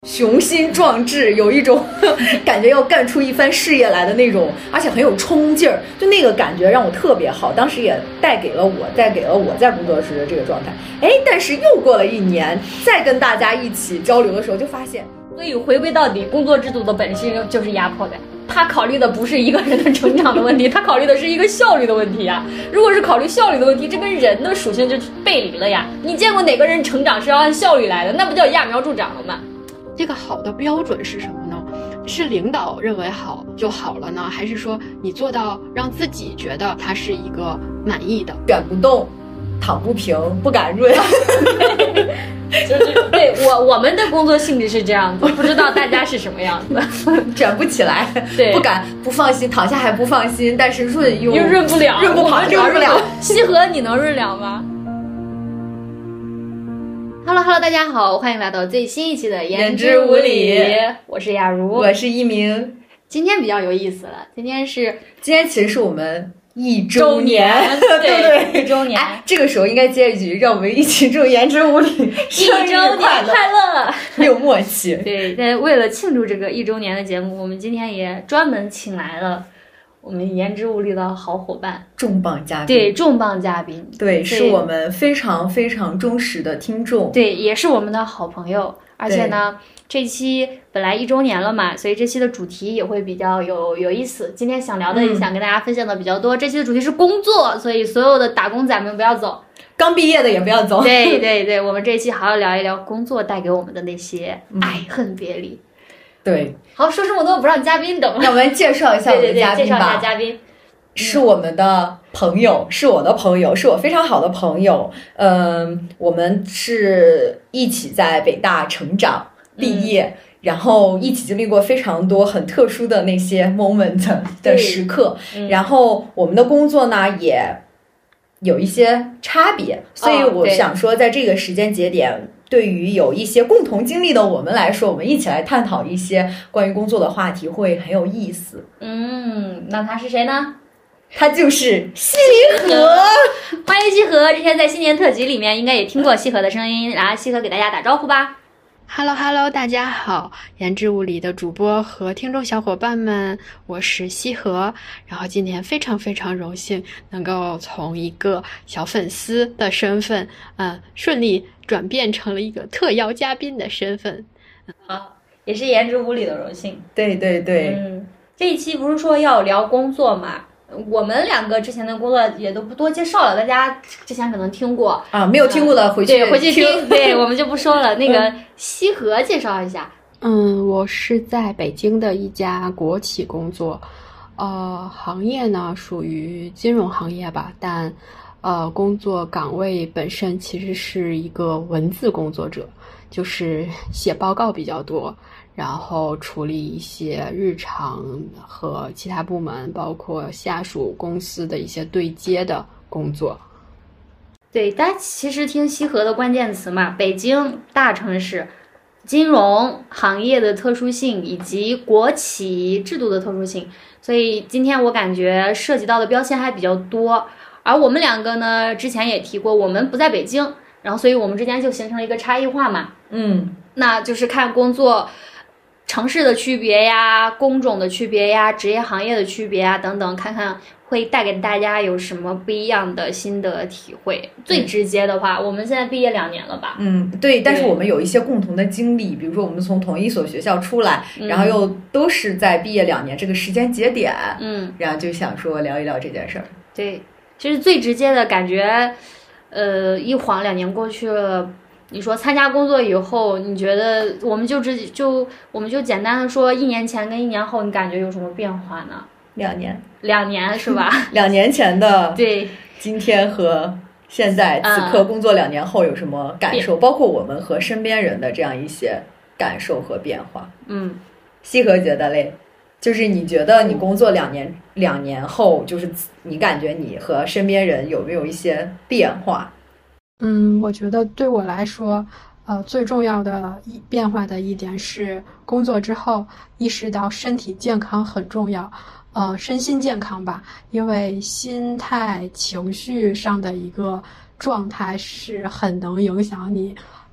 雄心壮志，有一种感觉要干出一番事业来的那种，而且很有冲劲儿，就那个感觉让我特别好。当时也带给了我在工作时的这个状态。但是又过了1年，再跟大家一起交流的时候，就发现， 所以回归到底，工作制度的本性就是压迫感。他考虑的不是一个人的成长的问题，他考虑的是一个效率的问题呀。如果是考虑效率的问题，这跟人的属性就背离了呀。你见过哪个人成长是要按效率来的？那不叫揠苗助长了吗？ 这个好的标准是什么呢？是领导认为好就好了呢，还是说你做到让自己觉得它是一个满意的？ 卷不动，躺不平，不敢润。 就是对我们的工作性质是这样子，不知道大家是什么样子。 卷不起来，对，不敢，不放心，躺下还不放心，但是润又润不了， 润不好，润不了。 西河你能润了吗？Hello， 大家好，欢迎来到最新一期的言之无理。我是雅茹， 我是一鸣。 今天比较有意思了，今天其实是我们1周年，对 1周年。 这个时候应该接一句，让我们一起祝言之无理 1周年快乐， 没有默契。 对，但为了庆祝这个1周年的节目，我们今天也专门请来了我们言之无理的好伙伴， 重磅嘉宾。 对，重磅嘉宾， 对，是我们非常非常忠实的听众， 对，也是我们的好朋友。而且呢，这期本来1周年了嘛，所以这期的主题也会比较有意思。今天想聊的也想跟大家分享的比较多。这期的主题是工作，所以所有的打工仔们不要走， 刚毕业的也不要走。 对对对，我们这一期好好聊一聊工作带给我们的那些爱恨别离。 对， 好，说这么多不让嘉宾等， 那我们介绍一下我们的嘉宾吧。 对，介绍一下嘉宾。 是我们的朋友，是我的朋友，是我非常好的朋友。我们是一起在北大成长、毕业，然后一起经历过非常多很特殊的那些 moment 的时刻。然后我们的工作呢也有一些差别，所以我想说，在这个时间节点，对于有一些共同经历的我们来说，我们一起来探讨一些关于工作的话题会很有意思。 那他是谁呢？ 他就是西河。 欢迎西河，之前在新年特辑里面应该也听过西河的声音，然后西河给大家打招呼吧。 Hello， 大家好，言之无理的主播和听众小伙伴们，我是西河。然后今天非常非常荣幸能够从一个小粉丝的身份，顺利转变成了一个特邀嘉宾的身份。 好，也是言之无理的荣幸。 对对对， 这一期不是说要聊工作嘛？我们两个之前的工作也都不多介绍了，大家之前可能听过啊，没有听过的回去听，对，我们就不说了。那个西河介绍一下。 我是在北京的一家国企工作，行业呢属于金融行业吧，但工作岗位本身其实是一个文字工作者，就是写报告比较多，然后处理一些日常和其他部门包括下属公司的一些对接的工作。 对，大家其实听西河的关键词嘛，北京大城市，金融行业的特殊性以及国企制度的特殊性，所以今天我感觉涉及到的标签还比较多。而我们两个呢，之前也提过，我们不在北京，然后所以我们之间就形成了一个差异化嘛。那就是看工作城市的区别呀，工种的区别呀，职业行业的区别啊等等，看看会带给大家有什么不一样的心得体会。最直接的话，我们现在毕业2年了吧？ 对，但是我们有一些共同的经历，比如说我们从同一所学校出来，然后又都是在毕业2年这个时间节点，然后就想说聊一聊这件事儿。对， 其实最直接的感觉，一晃2年过去了。你说参加工作以后，你觉得我们就简单的说1年前跟1年后，你感觉有什么变化呢？2年是吧 ？2年前的对今天和现在此刻工作2年后有什么感受？包括我们和身边人的这样一些感受和变化。西河觉得嘞，就是你觉得你工作2年后，就是你感觉你和身边人有没有一些变化？ 我觉得对我来说，最重要的变化的一点是工作之后意识到身体健康很重要，身心健康吧，因为心态、情绪上的一个状态是很能影响你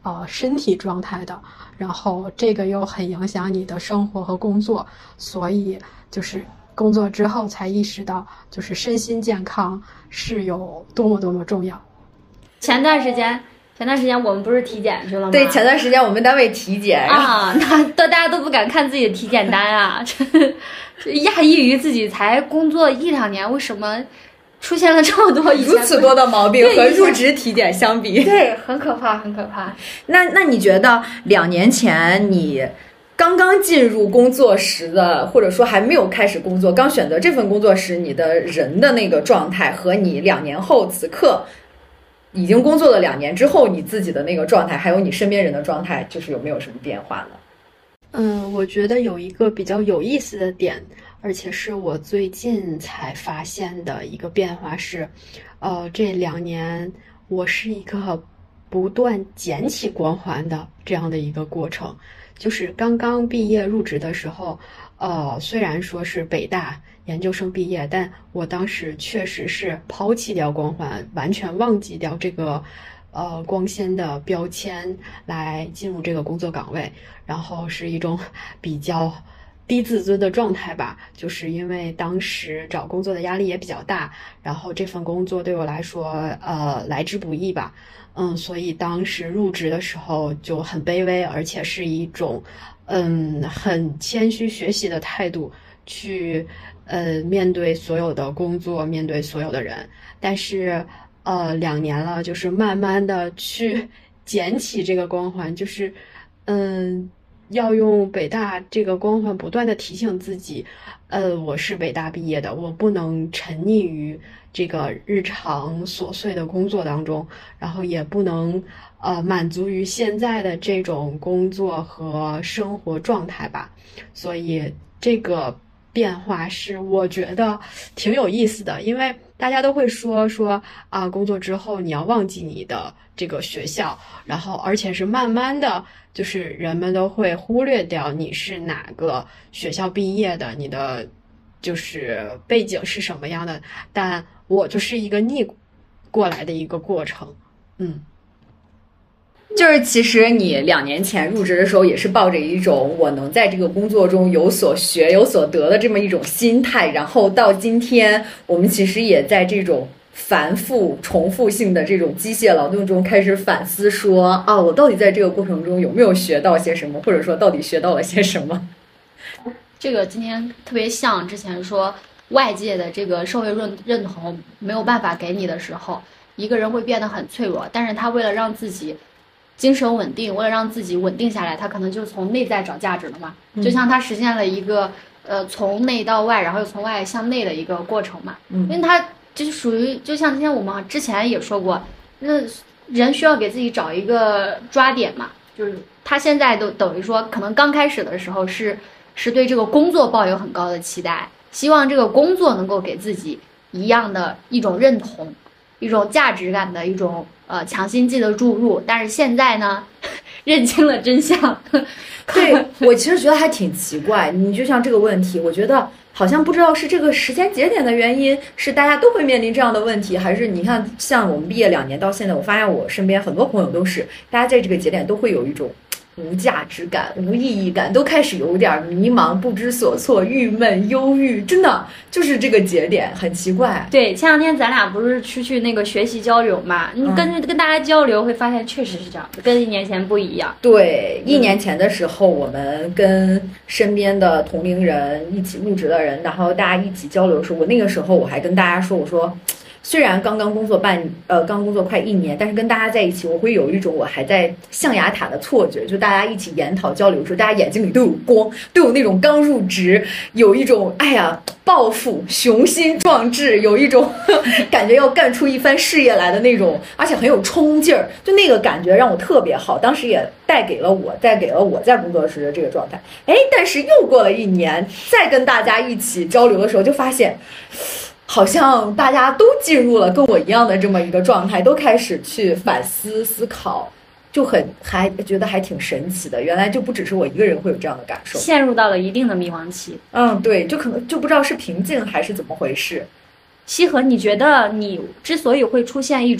身体状态的，然后这个又很影响你的生活和工作，所以就是工作之后才意识到，就是身心健康是有多么多么重要。 前段时间我们不是体检去了吗？ 对，前段时间我们单位体检啊，那大家都不敢看自己的体检单啊，讶异于自己才工作1-2年，为什么出现了这么多如此多的毛病和入职体检相比， 对，很可怕，很可怕。 那你觉得2年前你刚刚进入工作时的，或者说还没有开始工作，刚选择这份工作时，你的人的那个状态和你2年后此刻已经工作了2年之后你自己的那个状态，还有你身边人的状态，就是有没有什么变化呢？ 我觉得有一个比较有意思的点，而且是我最近才发现的一个变化是，这2年我是一个不断捡起光环的这样的一个过程。就是刚刚毕业入职的时候，虽然说是北大研究生毕业，但我当时确实是抛弃掉光环，完全忘记掉这个光鲜的标签来进入这个工作岗位，然后是一种比较低自尊的状态吧，就是因为当时找工作的压力也比较大，然后这份工作对我来说来之不易吧，所以当时入职的时候就很卑微，而且是一种很谦虚学习的态度去面对所有的工作，面对所有的人。但是2年了，就是慢慢的去捡起这个光环，就是要用北大这个光环不断的提醒自己，我是北大毕业的，我不能沉溺于这个日常琐碎的工作当中，然后也不能满足于现在的这种工作和生活状态吧。所以这个变化是我觉得挺有意思的，因为大家都会说啊，工作之后你要忘记你的这个学校，然后而且是慢慢的，就是人们都会忽略掉你是哪个学校毕业的，你的就是背景是什么样的，但我就是一个逆过来的一个过程。 就是其实你2年前入职的时候也是抱着一种我能在这个工作中有所学有所得的这么一种心态，然后到今天我们其实也在这种繁复重复性的这种机械劳动中开始反思说，我到底在这个过程中有没有学到些什么，或者说到底学到了些什么。 这个今天特别像之前说外界的这个社会认同没有办法给你的时候，一个人会变得很脆弱，但是他为了让自己精神稳定，为了让自己稳定下来，他可能就从内在找价值了嘛，就像他实现了一个从内到外，然后又从外向内的一个过程嘛。因为他就是属于，就像今天我们之前也说过，那人需要给自己找一个抓点嘛，就是他现在都等于说可能刚开始的时候是对这个工作抱有很高的期待，希望这个工作能够给自己一样的一种认同，一种价值感的一种强心剂的注入。但是现在呢，认清了真相。 对，我其实觉得还挺奇怪，你就像这个问题，我觉得好像不知道是这个时间节点的原因，是大家都会面临这样的问题，还是你看像我们毕业2年到现在，我发现我身边很多朋友都是大家在这个节点都会有一种无价值感、无意义感，都开始有点迷茫、不知所措、郁闷、忧郁，真的就是这个节点，很奇怪。 对，前2天咱俩不是去那个学习交流嘛，你跟大家交流会发现确实是这样，跟1年前不一样。 对，1年前的时候，我们跟身边的同龄人一起入职的人，然后大家一起交流的时候，我那个时候我还跟大家说，我说虽然刚刚工作快1年，但是跟大家在一起，我会有一种我还在象牙塔的错觉，就大家一起研讨交流的时候，大家眼睛里都有光，都有那种刚入职，有一种抱负、雄心壮志，有一种感觉要干出一番事业来的那种，而且很有冲劲儿，就那个感觉让我特别好，当时也带给了我在工作时的这个状态。但是又过了1年，再跟大家一起交流的时候，就发现好像大家都进入了跟我一样的这么一个状态，都开始去反思思考，就还觉得还挺神奇的。原来就不只是我一个人会有这样的感受， 陷入到了一定的迷茫期。 对，就可能就不知道是平静还是怎么回事。 西河，你觉得你之所以会出现一种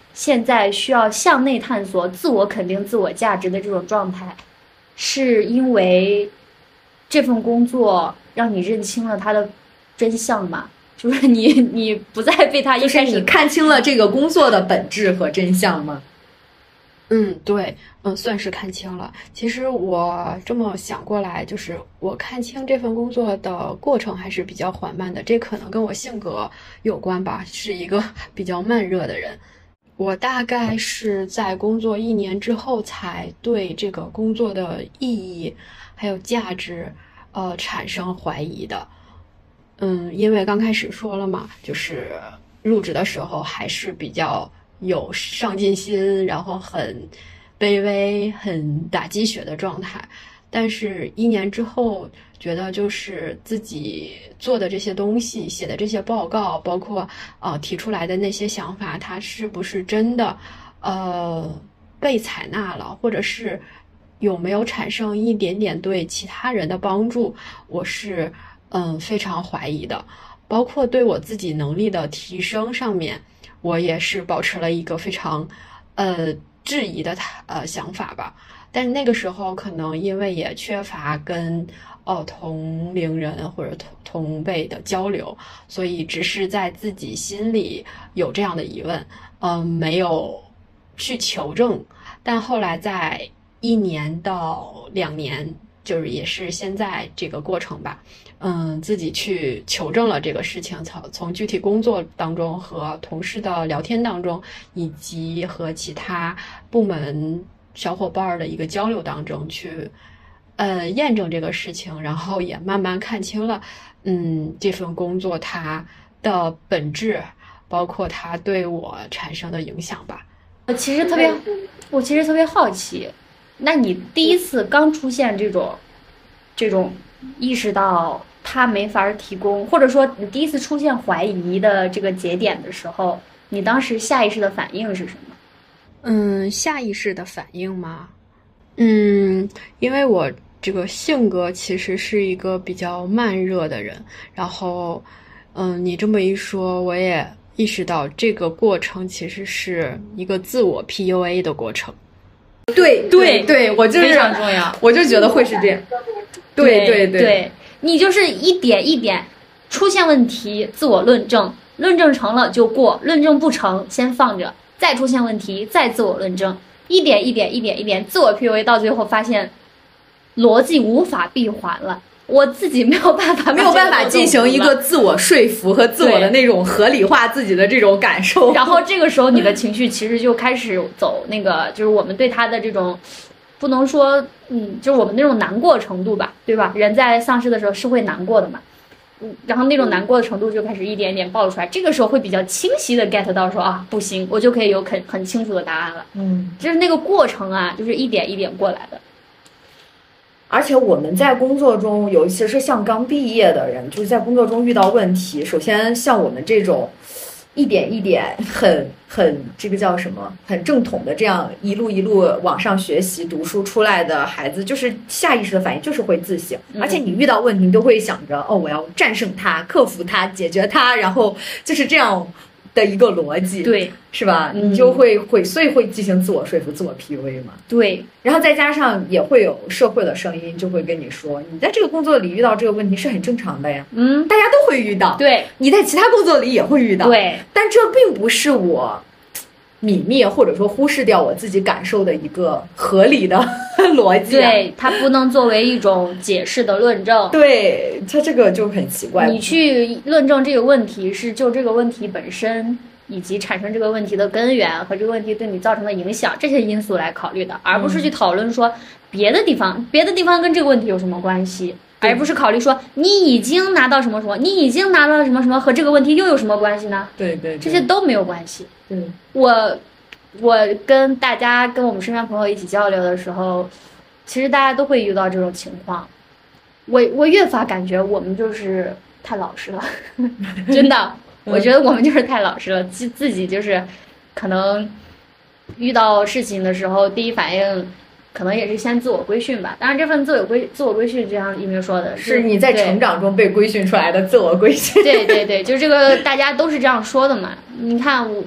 现在需要向内探索、自我肯定、自我价值的这种状态，是因为这份工作让你认清了它的真相吗？就是你不再被它一开始， 就是你看清了这个工作的本质和真相吗？ 对，算是看清了。其实我这么想过来，就是我看清这份工作的过程还是比较缓慢的，这可能跟我性格有关吧，是一个比较慢热的人。我大概是在工作1年之后，才对这个工作的意义还有价值，产生怀疑的。因为刚开始说了嘛，就是入职的时候还是比较有上进心，然后很卑微、很打鸡血的状态。但是1年之后，觉得就是自己做的这些东西、写的这些报告，包括提出来的那些想法，它是不是真的被采纳了，或者是有没有产生一点点对其他人的帮助，我是非常怀疑的。包括对我自己能力的提升上面，我也是保持了一个非常质疑的想法吧。但是那个时候可能因为也缺乏跟同龄人或者同辈的交流，所以只是在自己心里有这样的疑问，没有去求证。但后来在1年到2年，就是也是现在这个过程吧，自己去求证了这个事情，从具体工作当中和同事的聊天当中，以及和其他部门小伙伴的一个交流当中去验证这个事情，然后也慢慢看清了这份工作它的本质，包括它对我产生的影响吧。 我其实特别好奇，那你第一次刚出现这种意识到他没法提供，或者说你第一次出现怀疑的这个节点的时候，你当时下意识的反应是什么？ 下意识的反应吗？因为我这个性格其实是一个比较慢热的人，然后你这么一说，我也意识到这个过程其实是一个自我 PUA 的过程。 对，我就是非常重要， 我就觉得会是这样。对， 你就是一点一点出现问题，自我论证，论证成了就过，论证不成先放着，再出现问题再自我论证，一点一点自我 PUA， 到最后发现逻辑无法闭环了，我自己没有办法进行一个自我说服和自我的那种合理化自己的这种感受。 然后这个时候你的情绪其实就开始走那个，就是我们对他的这种不能说就是我们那种难过程度吧，对吧？人在丧失的时候是会难过的嘛，然后那种难过的程度就开始一点一点暴露出来，这个时候会比较清晰的 get 到说不行，我就可以有很清楚的答案了。就是那个过程啊，就是一点一点过来的。 而且我们在工作中，尤其是像刚毕业的人，就是在工作中遇到问题，首先像我们这种一点一点很这个叫什么，很正统的这样一路一路往上学习读书出来的孩子，就是下意识的反应就是会自省，而且你遇到问题你都会想着我要战胜它，克服它，解决它，然后就是这样的一个逻辑， 对， 是吧？你就会所以会进行自我说服、自我 PUA 嘛。 对， 然后再加上也会有社会的声音，就会跟你说，你在这个工作里遇到这个问题是很正常的呀。大家都会遇到。对，你在其他工作里也会遇到。 对， 但这并不是我泯灭或者说忽视掉我自己感受的一个合理的逻辑。 对，它不能作为一种解释的论证。 对，它这个就很奇怪。 你去论证这个问题是就这个问题本身，以及产生这个问题的根源和这个问题对你造成的影响这些因素来考虑的，而不是去讨论说别的地方跟这个问题有什么关系，而不是考虑说你已经拿到什么什么，你已经拿到什么什么和这个问题又有什么关系呢？ 对， 这些都没有关系。我跟我们身边朋友一起交流的时候，其实大家都会遇到这种情况。我越发感觉我们就是太老实了，真的，我觉得我们就是太老实了，自己就是可能遇到事情的时候，第一反应可能也是先自我规训吧。当然，这份自我规训，就像一鸣说的， 是你在成长中被规训出来的自我规训。 对，就是这个，大家都是这样说的嘛。你看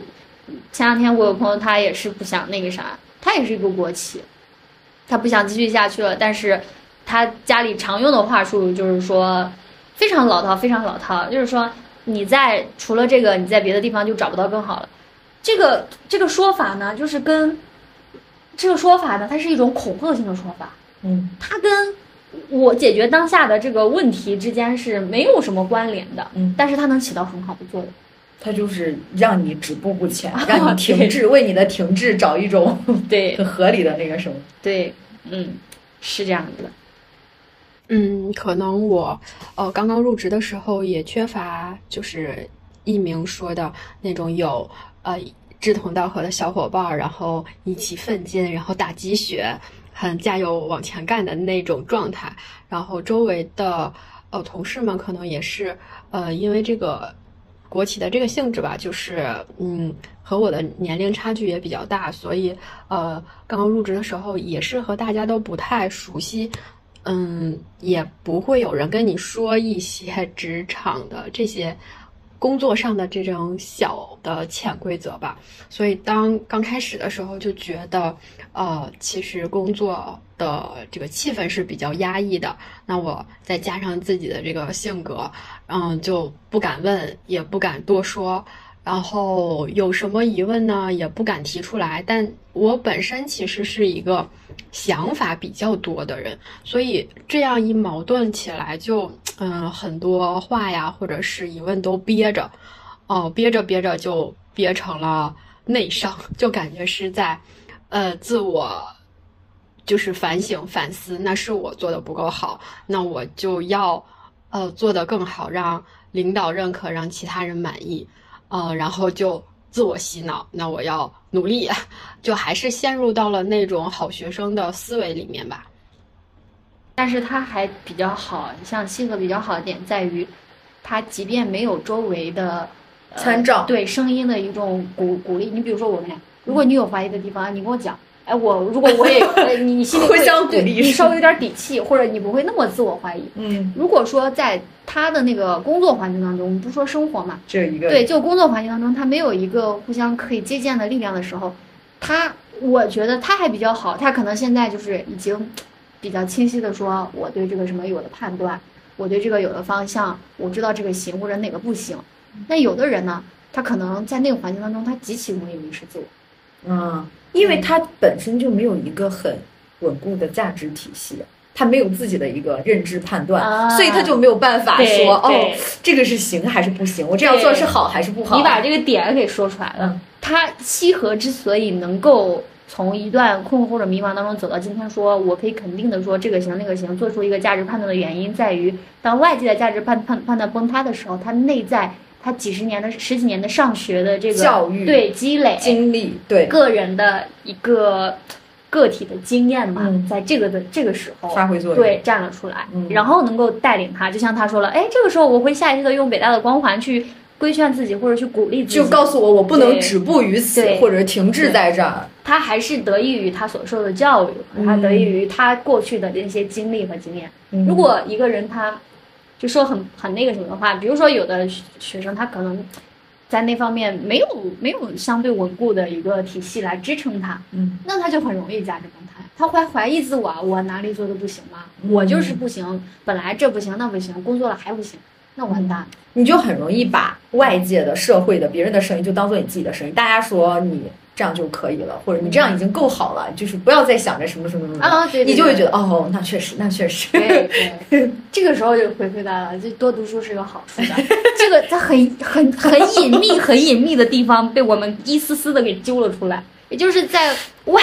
前两天我有朋友，他也是不想那个啥，他也是一个国企，他不想继续下去了，但是他家里常用的话术就是说非常老套，非常老套，就是说你在除了这个，你在别的地方就找不到更好了。这个说法呢，就是跟这个说法呢，它是一种恐吓性的说法。它跟我解决当下的这个问题之间是没有什么关联的。但是它能起到很好的作用。 它就是让你止步不前，让你停滞，为你的停滞找一种对很合理的那个什么。 对，是这样子的。 可能我刚刚入职的时候也缺乏就是一鸣说的那种有志同道合的小伙伴，然后一起奋进，然后打鸡血，很加油往前干的那种状态。然后周围的同事们可能也是因为这个国企的这个性质吧，就是和我的年龄差距也比较大，所以刚刚入职的时候也是和大家都不太熟悉。也不会有人跟你说一些职场的这些工作上的这种小的潜规则吧，所以当刚开始的时候就觉得其实工作的这个气氛是比较压抑的。那我再加上自己的这个性格，就不敢问，也不敢多说，然后有什么疑问呢也不敢提出来。但我本身其实是一个想法比较多的人，所以这样一矛盾起来就很多话呀或者是疑问都憋着，憋着就憋成了内伤，就感觉是在自我就是反省反思，那是我做的不够好，那我就要做得更好，让领导认可，让其他人满意，然后就自我洗脑，那我要努力，就还是陷入到了那种好学生的思维里面吧。 但是他还比较好，像西河比较好的点在于，他即便没有周围的参照， 对声音的一种鼓励。你比如说我们俩，如果你有怀疑的地方，你跟我讲，如果我也你心里互相鼓励， 你稍微有点底气，或者你不会那么自我怀疑。如果说在他的那个工作环境当中，我们不说生活嘛， 这一个对，就工作环境当中，他没有一个互相可以借鉴的力量的时候，我觉得他还比较好，他可能现在就是已经比较清晰的说，我对这个什么有了判断，我对这个有了方向，我知道这个行或者哪个不行。那有的人呢，他可能在那个环境当中，他极其容易迷失自我。 因为他本身就没有一个很稳固的价值体系，他没有自己的一个认知判断，所以他就没有办法说这个是行还是不行，我这样做是好还是不好。 你把这个点给说出来了。他西河之所以能够从一段困惑或者迷茫当中走到今天，说我可以肯定的说这个行那个行，做出一个价值判断的原因在于，当外界的价值判断崩塌的时候，他内在他十几年的上学的这个教育对积累经历对个人的一个个体的经验嘛，在这个时候发挥作用， 对站了出来，然后能够带领他，就像他说了，这个时候我会下意识的用北大的光环去规劝自己或者去鼓励自己， 就告诉我不能止步于此或者停滞在这儿。 他还是得益于他所受的教育，他得益于他过去的这些经历和经验。如果一个人他就说很那个什么的话，比如说有的学生他可能在那方面没有相对稳固的一个体系来支撑他，那他就很容易价值崩塌，他会怀疑自我，我哪里做的不行吗？我就是不行，本来这不行那不行，工作了还不行，那我很大。 你就很容易把外界的社会的别人的声音就当做你自己的声音，大家说你这样就可以了，或者你这样已经够好了，就是不要再想着什么什么什么对， 你就会觉得那确实对这个时候就回馈到了，就多读书是有好处的。这个在很隐秘的地方被我们一丝丝的给揪了出来，也就是在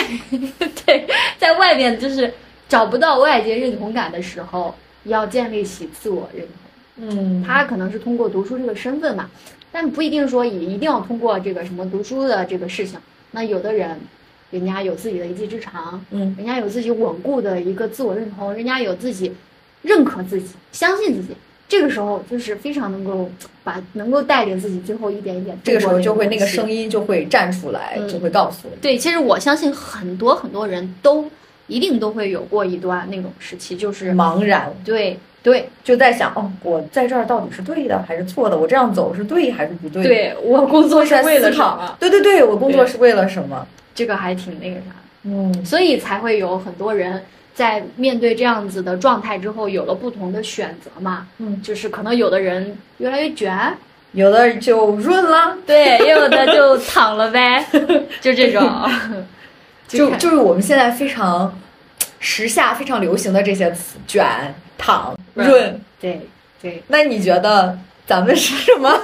外面就是找不到外界认同感的时候，要建立起自我认同。他可能是通过读书这个身份嘛，但不一定说也一定要通过这个什么读书的这个事情。那有的人人家有自己的一技之长，人家有自己稳固的一个自我认同，人家有自己认可自己，相信自己，这个时候就是非常能够带领自己最后一点一点， 这个时候就会那个声音就会站出来，就会告诉你。 对，其实我相信很多人都一定都会有过一段那种时期，就是茫然， 对， 就在想，哦，我在这儿到底是对的还是错的？我这样走是对还是不对？ 对，我工作是为了什么？ 对，我工作是为了什么？ 这个还挺那个啥，所以才会有很多人在面对这样子的状态之后，有了不同的选择嘛。就是可能有的人越来越卷， 有的就润了， 对，也有的就躺了呗，就这种。 就是我们现在非常时下非常流行的这些词，卷、躺、润。 对。 那你觉得咱们是什么？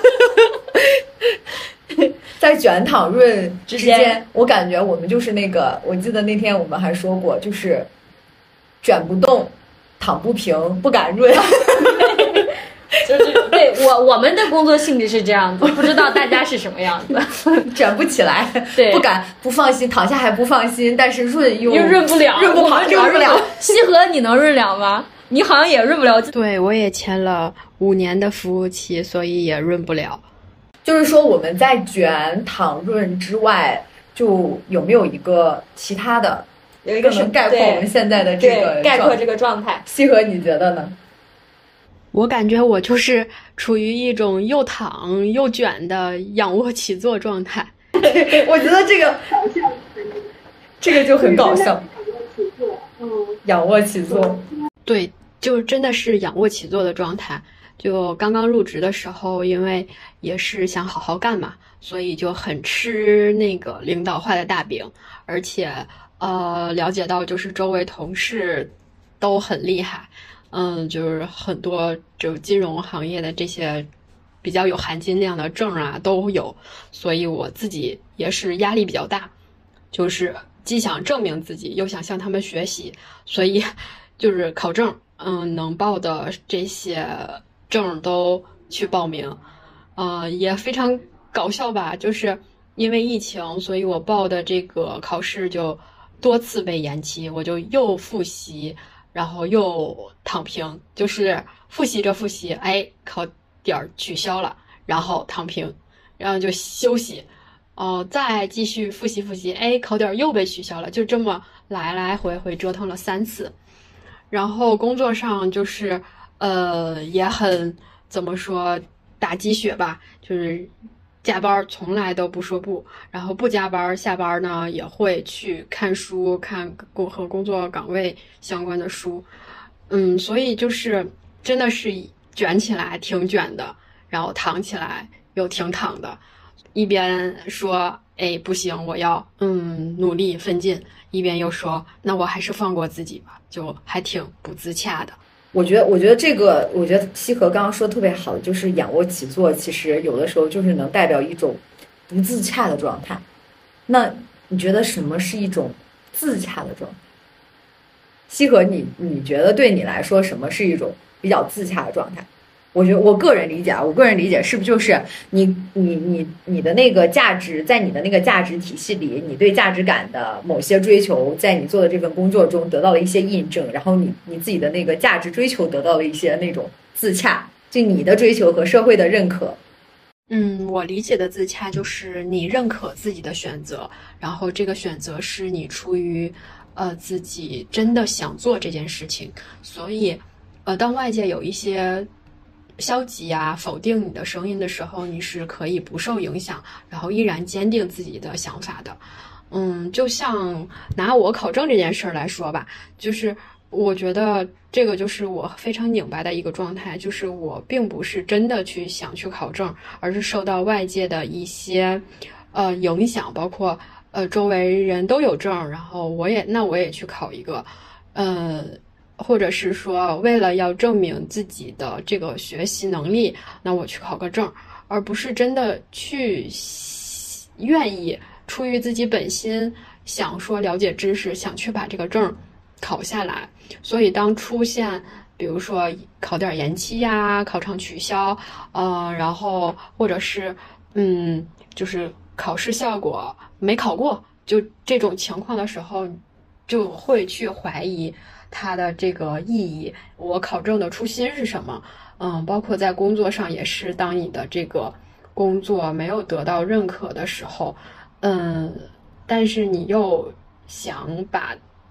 在卷、躺、润之间，我感觉我们就是那个，我记得那天我们还说过，就是卷不动，躺不平，不敢润。 就是对我们的工作性质是这样子，不知道大家是什么样子。 卷不起来， 对， 不敢，不放心，躺下还不放心，但是润又润不了， 润不了。 西河你能润了吗？你好像也润不了。 对，我也签了5年的服务期，所以也润不了。 就是说我们在卷、躺、润之外，就有没有一个其他的，有一个能概括我们现在的这个概括这个状态？ 西河你觉得呢？ 我感觉我就是处于一种又躺又卷的仰卧起坐状态。 我觉得这个就很搞笑。仰卧起坐， 对，就真的是仰卧起坐的状态。就刚刚入职的时候，因为也是想好好干嘛，所以就很吃那个领导画的大饼，而且了解到就是周围同事都很厉害。就是很多就金融行业的这些比较有含金量的证啊都有，所以我自己也是压力比较大，就是既想证明自己，又想向他们学习，所以就是考证，能报的这些证都去报名，也非常搞笑吧，就是因为疫情，所以我报的这个考试就多次被延期，我就又复习。然后又躺平，就是复习着复习，哎，考点取消了，然后躺平，然后就休息，再继续复习，哎，考点又被取消了，就这么来来回回折腾了3次。然后工作上就是也很怎么说打鸡血吧，就是加班从来都不说不，然后不加班，下班呢也会去看书，看和工作岗位相关的书，所以就是真的是卷起来挺卷的，然后躺起来又挺躺的，一边说哎不行，我要努力奋进，一边又说那我还是放过自己吧，就还挺不自洽的。 我觉得这个，我觉得西河刚刚说的特别好，就是仰卧起坐，其实有的时候就是能代表一种不自洽的状态。那你觉得什么是一种自洽的状态？西河，你觉得对你来说什么是一种比较自洽的状态？我觉得我个人理解是不是就是你的那个价值，在你的那个价值体系里，你对价值感的某些追求，在你做的这份工作中得到了一些印证，然后你自己的那个价值追求得到了一些那种自洽，就你的追求和社会的认可。 我理解的自洽就是你认可自己的选择，然后这个选择是你出于自己真的想做这件事情，所以当外界有一些消极啊否定你的声音的时候，你是可以不受影响，然后依然坚定自己的想法的。就像拿我考证这件事儿来说吧，就是我觉得这个就是我非常拧巴的一个状态，就是我并不是真的想去考证，而是受到外界的一些影响，包括周围人都有证，然后我也去考一个，或者是说为了要证明自己的这个学习能力，那我去考个证，而不是真的去愿意出于自己本心想说了解知识，想去把这个证考下来。所以当出现比如说考点延期呀，考场取消，然后或者是就是考试效果没考过，就这种情况的时候，就会去怀疑它的这个意义，我考证的初心是什么？包括在工作上也是，当你的这个工作没有得到认可的时候，但是你又想把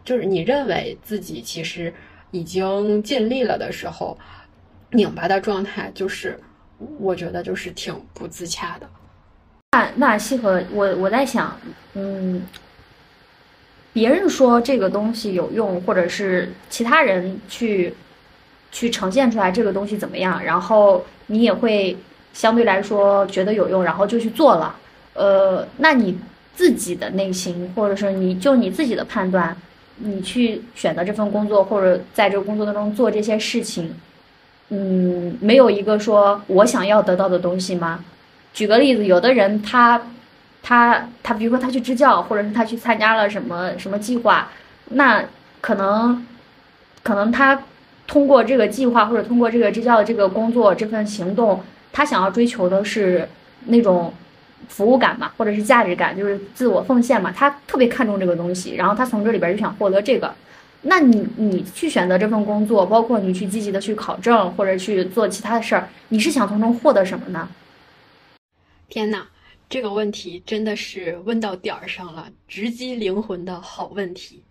就是你认为自己其实已经尽力了的时候，拧巴的状态，就是我觉得就是挺不自洽的。 那西河，我在想，别人说这个东西有用，或者是其他人去呈现出来这个东西怎么样，然后你也会相对来说觉得有用，然后就去做了。那你自己的内心，或者是你自己的判断，你去选择这份工作，或者在这个工作当中做这些事情，没有一个说我想要得到的东西吗？举个例子，有的人他比如说他去支教，或者是他去参加了什么什么计划，那可能他通过这个计划或者通过这个支教的这个工作这份行动，他想要追求的是那种服务感嘛，或者是价值感，就是自我奉献嘛，他特别看重这个东西，然后他从这里边就想获得这个。那你去选择这份工作，包括你去积极的去考证或者去做其他的事儿，你是想从中获得什么呢？ 天哪，这个问题真的是问到点儿上了，直击灵魂的好问题。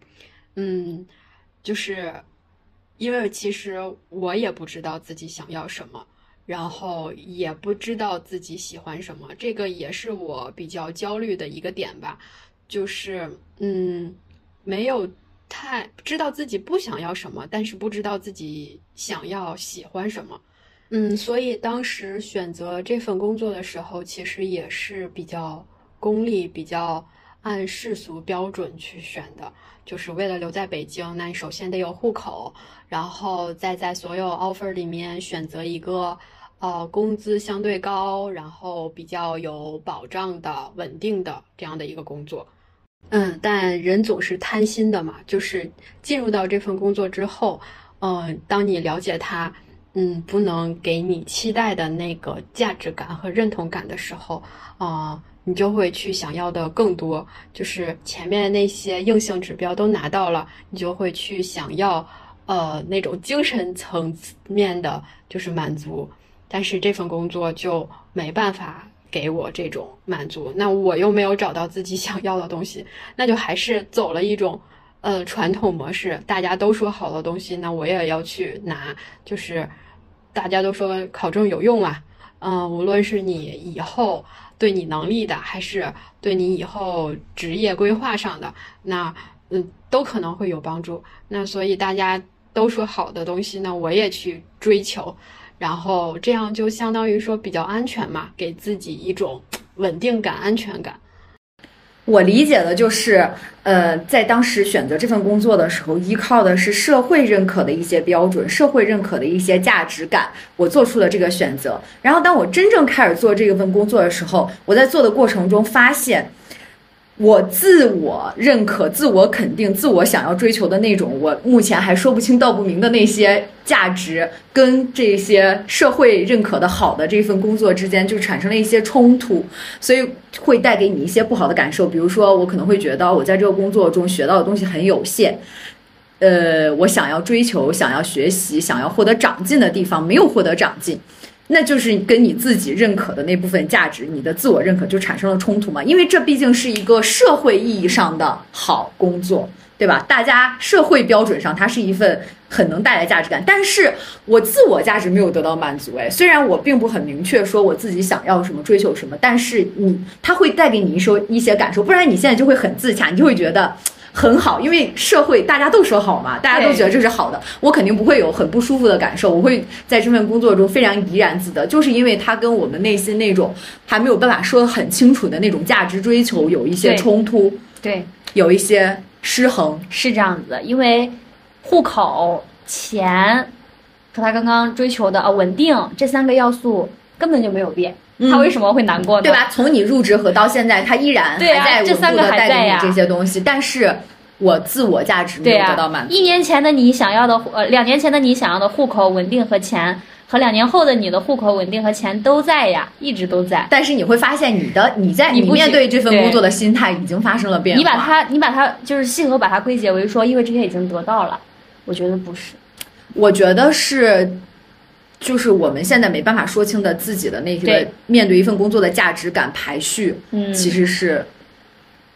就是因为其实我也不知道自己想要什么，然后也不知道自己喜欢什么，这个也是我比较焦虑的一个点吧。就是没有太知道自己不想要什么，但是不知道自己想要喜欢什么。所以当时选择这份工作的时候，其实也是比较功利，比较按世俗标准去选的。就是为了留在北京，那你首先得有户口，然后再在所有 offer 里面选择一个工资相对高，然后比较有保障的、稳定的这样的一个工作。但人总是贪心的嘛，就是进入到这份工作之后，当你了解它，不能给你期待的那个价值感和认同感的时候，你就会去想要的更多，就是前面那些硬性指标都拿到了，你就会去想要那种精神层面的就是满足，但是这份工作就没办法给我这种满足，那我又没有找到自己想要的东西，那就还是走了一种传统模式，大家都说好的东西，那我也要去拿，就是大家都说考证有用嘛，无论是你以后对你能力的，还是对你以后职业规划上的，那都可能会有帮助。那所以大家都说好的东西，那我也去追求，然后这样就相当于说比较安全嘛，给自己一种稳定感、安全感。 我理解的就是，在当时选择这份工作的时候，依靠的是社会认可的一些标准，社会认可的一些价值感，我做出了这个选择。然后当我真正开始做这份工作的时候，我在做的过程中发现，我自我认可、自我肯定、自我想要追求的那种，我目前还说不清道不明的那些价值，跟这些社会认可的好的这份工作之间就产生了一些冲突，所以会带给你一些不好的感受。比如说，我可能会觉得我在这个工作中学到的东西很有限，我想要追求、想要学习、想要获得长进的地方没有获得长进。那就是跟你自己认可的那部分价值，你的自我认可就产生了冲突嘛？因为这毕竟是一个社会意义上的好工作，对吧？大家社会标准上它是一份很能带来价值感，但是我自我价值没有得到满足。虽然我并不很明确说我自己想要什么、追求什么，但是它会带给你一些感受，不然你现在就会很自洽，你就会觉得很好，因为社会大家都说好嘛，大家都觉得这是好的，我肯定不会有很不舒服的感受，我会在这份工作中非常怡然自得，就是因为它跟我们内心那种还没有办法说很清楚的那种价值追求有一些冲突， 对， 有一些失衡， 是这样子的。因为户口、钱和他刚刚追求的稳定这三个要素根本就没有变。他为什么会难过呢？ 对吧？从你入职和到现在，他依然还在稳步的带给你这些东西，但是我自我价值没有得到满足。 1年前的你想要的2年前的你想要的户口稳定和钱，和2年后的你的户口稳定和钱都在呀，一直都在。 但是你会发现你面对这份工作的心态已经发生了变化。 你把它就是细核把它归结为说，因为这些已经得到了，我觉得不是。 我觉得是。就是我们现在没办法说清的自己的那个面对一份工作的价值感排序，其实是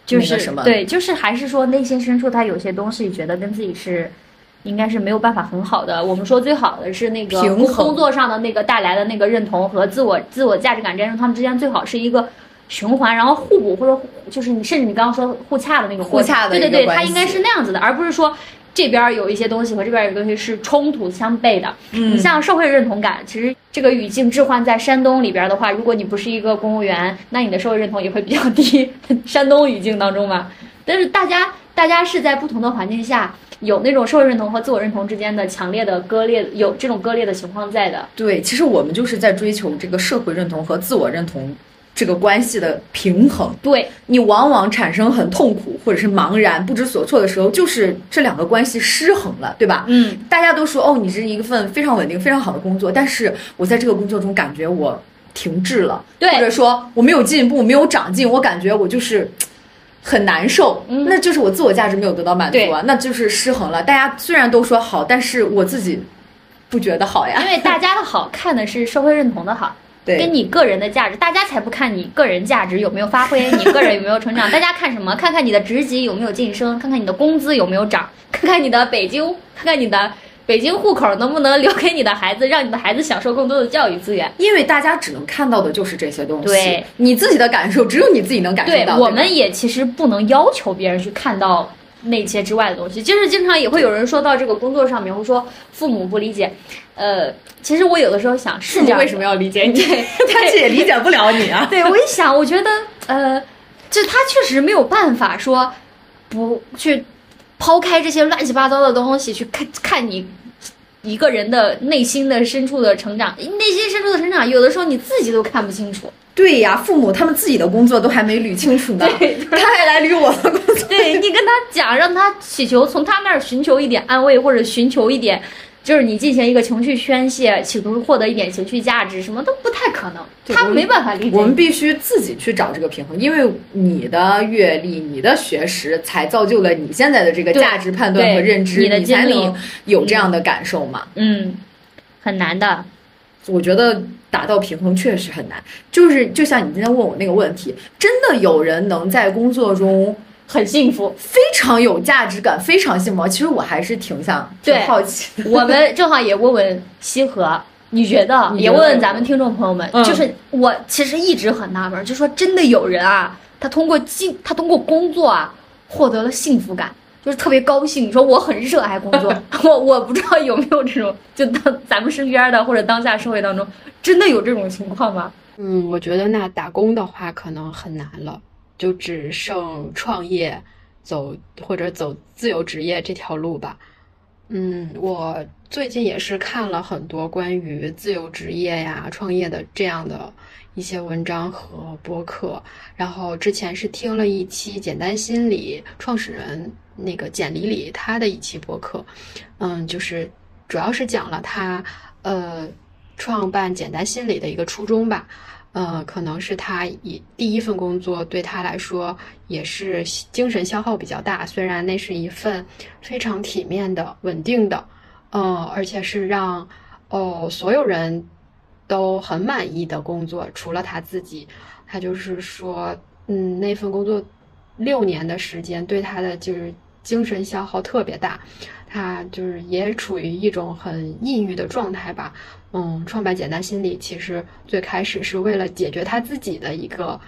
就是什么， 对，就是还是说内心深处他有些东西觉得跟自己是应该是没有办法很好的。我们说最好的是那个工作上的那个带来的那个认同和自我价值感战胜，他们之间最好是一个循环，然后互补，或者就是你甚至你刚刚说互洽的那个互洽的， 对对对，它应该是那样子的，而不是说这边有一些东西和这边有东西是冲突相悖的。你像社会认同感，其实这个语境置换在山东里边的话，如果你不是一个公务员，那你的社会认同也会比较低，山东语境当中嘛。但是大家是在不同的环境下有那种社会认同和自我认同之间的强烈的割裂，有这种割裂的情况在的。 对，其实我们就是在追求这个社会认同和自我认同这个关系的平衡。 对， 你往往产生很痛苦或者是茫然不知所措的时候，就是这两个关系失衡了，对吧？大家都说哦，你是一份非常稳定非常好的工作，但是我在这个工作中感觉我停滞了， 对， 或者说我没有进步没有长进，我感觉我就是很难受，那就是我自我价值没有得到满足啊，那就是失衡了。大家虽然都说好，但是我自己不觉得好呀， 因为大家的好看的是社会认同的好， 对， 跟你个人的价值，大家才不看你个人价值有没有发挥，你个人有没有成长，大家看什么？看看你的职级有没有晋升，看看你的工资有没有涨，看看你的北京户口能不能留给你的孩子，让你的孩子享受更多的教育资源。 因为大家只能看到的就是这些东西， 对， 你自己的感受只有你自己能感受到。 对，我们也其实不能要求别人去看到那些之外的东西，就是经常也会有人说到这个工作上面，会说父母不理解。其实我有的时候想，是这样， 为什么要理解你？ 对， 他也理解不了你啊。 对，我一想，我觉得就他确实没有办法说不去抛开这些乱七八糟的东西，去看你一个人的内心的深处的成长，内心深处的成长，有的时候你自己都看不清楚。 对呀，父母他们自己的工作都还没捋清楚呢，他还来捋我的工作。 对，你跟他讲，让他祈求从他那儿寻求一点安慰，或者寻求一点，就是你进行一个情绪宣泄，企图获得一点情绪价值，什么都不太可能，他没办法理解。 我们必须自己去找这个平衡，因为你的阅历、你的学识，才造就了你现在的这个价值判断和认知， 你的经历， 才能有这样的感受嘛。 很难的。 我觉得达到平衡确实很难，就像你今天问我那个问题，真的有人能在工作中很幸福， 非常有价值感，非常幸福。其实我还是挺好奇的。 我们正好也问问西河，你觉得也问问咱们听众朋友们，就是我其实一直很纳闷，就说真的有人啊，他通过工作啊获得了幸福感，就是特别高兴。你说我很热爱工作，我不知道有没有这种，就当咱们身边的或者当下社会当中，真的有这种情况吗？ 我觉得那打工的话可能很难了，就只剩创业或者走自由职业这条路吧。我最近也是看了很多关于自由职业呀、创业的这样的一些文章和播客，然后之前是听了一期简单心理创始人那个简里里他的一期播客，就是主要是讲了他创办简单心理的一个初衷吧。可能是他第一份工作对他来说也是精神消耗比较大，虽然那是一份非常体面的、稳定的，而且是让所有人都很满意的工作，除了他自己。他就是说，那份工作6年的时间对他的就是精神消耗特别大，他就是也处于一种很抑郁的状态吧。创办简单心理其实最开始是为了解决他自己的一个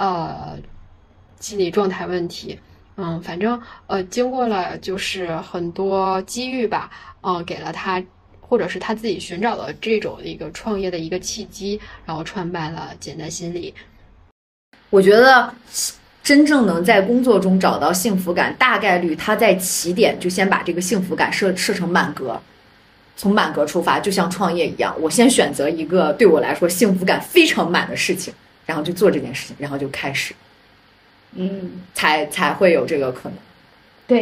心理状态问题。反正经过了就是很多机遇吧，给了他或者是他自己寻找的这种一个创业的一个契机，然后创办了简单心理。 我觉得真正能在工作中找到幸福感，大概率他在起点就先把这个幸福感设成满格，从满格出发，就像创业一样，我先选择一个对我来说幸福感非常满的事情，然后就做这件事情，然后就开始，才会有这个可能。 对，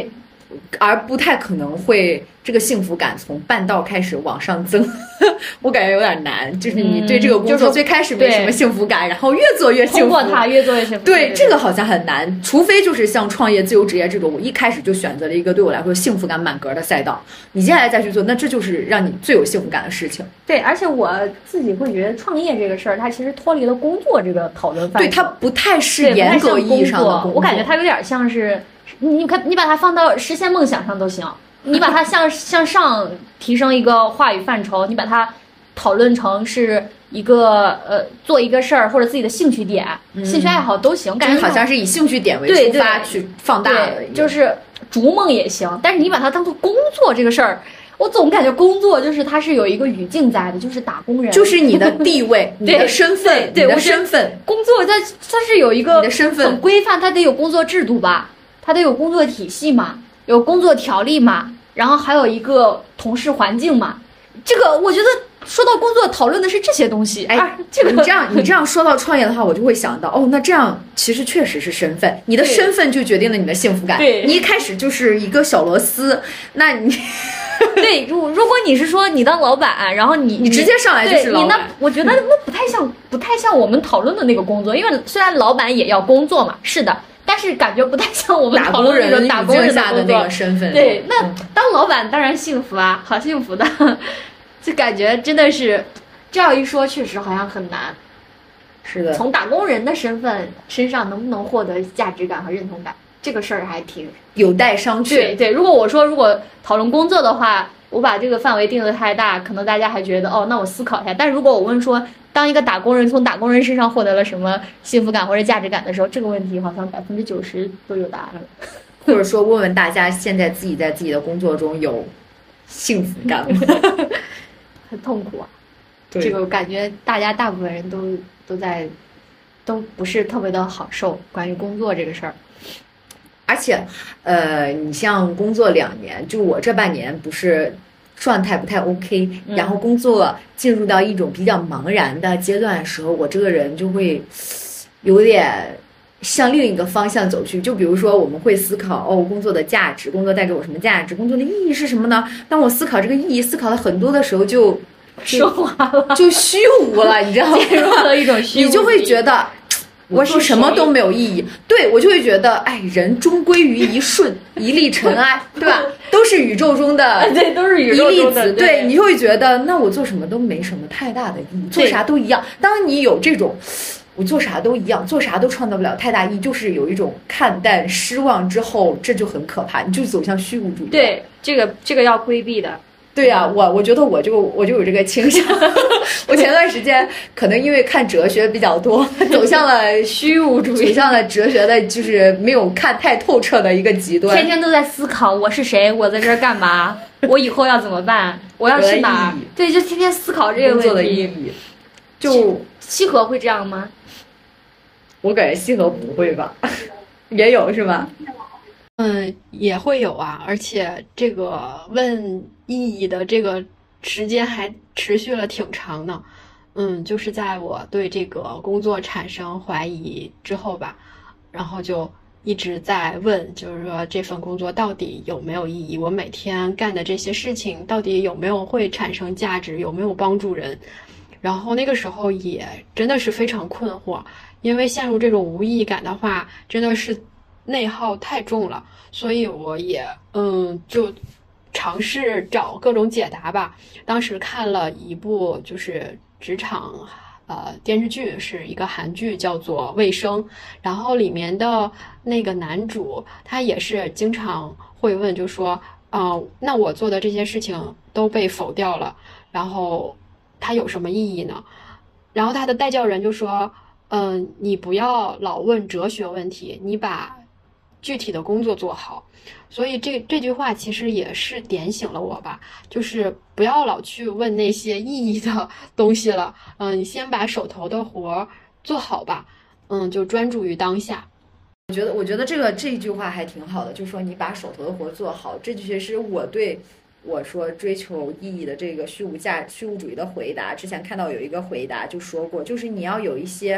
而不太可能会这个幸福感从半道开始往上增。我感觉有点难，就是你对这个工作最开始没什么幸福感，然后越做越幸福， 通过它越做越幸福。 对，这个好像很难，除非就是像创业、自由职业这种，我一开始就选择了一个对我来说幸福感满格的赛道，你接下来再去做，那这就是让你最有幸福感的事情。 对，而且我自己会觉得创业这个事儿，它其实脱离了工作这个讨论范围， 对，它不太是严格意义上的工作， 我感觉它有点像是，你把它放到实现梦想上都行，你把它向上提升一个话语范畴，你把它讨论成是一个做一个事儿或者自己的兴趣点、兴趣爱好都行，感觉好像是以兴趣点为出发去放大的， 就是逐梦也行。但是你把它当做工作这个事儿，我总感觉工作就是它是有一个语境在的，就是打工人， 就是你的地位、你的身份、 对你的身份。 工作它是有一个你的身份很规范，它得有工作制度吧，它得有工作体系嘛，有工作条例嘛，然后还有一个同事环境嘛。这个我觉得说到工作讨论的是这些东西。 哎， 这个你这样说到创业的话，我就会想到，哦，那这样其实确实是身份，你的身份就决定了你的幸福感。 对， 你一开始就是一个小螺丝，那你对，如果你是说你当老板，然后你直接上来就是老板， 那我觉得那不太像我们讨论的那个工作，因为虽然老板也要工作嘛，是的。但是感觉不太像我们讨论那个打工人下的那个身份。 对，那当老板当然幸福啊，好幸福的，就感觉真的是这样一说，确实好像很难。 是的， 从打工人的身份身上能不能获得价值感和认同感，这个事儿还挺有待商榷。 对，如果讨论工作的话，我把这个范围定得太大，可能大家还觉得那我思考一下。但如果我问说，当一个打工人从打工人身上获得了什么幸福感或者价值感的时候，这个问题好像90%都有答案了。 或者说问问大家，现在自己在自己的工作中有幸福感吗？ 很痛苦啊。 对， 这个感觉大部分人都不是特别的好受，关于工作这个事儿。 而且你像工作2年，就我这半年不是状态不太 OK，然后工作进入到一种比较茫然的阶段的时候，我这个人就会有点向另一个方向走去。就比如说我们会思考工作的价值，工作带给我什么价值，工作的意义是什么呢？当我思考这个意义思考了很多的时候，就升华了， 就虚无了，你知道吗？ 进入了一种虚无， 你就会觉得我做什么都没有意义。对，我就会觉得人终归于一瞬，一粒尘埃，对吧？都是宇宙中的对，都是宇宙中的一粒子。对，你就会觉得那我做什么都没什么太大的意义，做啥都一样。当你有这种我做啥都一样，做啥都创造不了太大意义，就是有一种看淡失望之后，这就很可怕，你就走向虚无主义。 对，这个要规避的。 对呀，我觉得我就有这个倾向。我前段时间可能因为看哲学比较多，走向了虚无主义，走向了哲学的就是没有看太透彻的一个极端。 天天都在思考我是谁，我在这儿干嘛，我以后要怎么办，我要去哪儿？对，就天天思考这个问题。 工作的意义。就西河会这样吗？ 我感觉西河不会吧，也有是吧？ 也会有啊，而且这个问意义的这个时间还持续了挺长的。就是在我对这个工作产生怀疑之后吧，然后就一直在问，就是说这份工作到底有没有意义，我每天干的这些事情到底有没有会产生价值，有没有帮助人。然后那个时候也真的是非常困惑，因为陷入这种无意义感的话，真的是内耗太重了，所以我也就尝试找各种解答吧。当时看了一部就是职场电视剧，是一个韩剧，叫做《卫生》，然后里面的那个男主他也是经常会问，就说那我做的这些事情都被否掉了，然后它有什么意义呢？然后他的带教人就说你不要老问哲学问题，你把具体的工作做好。所以这句话其实也是点醒了我吧，就是不要老去问那些意义的东西了，你先把手头的活做好吧，就专注于当下。 我觉得这句话还挺好的，就是说你把手头的活做好。这其实我对我说追求意义的这个虚无主义的回答，之前看到有一个回答就说过，就是你要有一些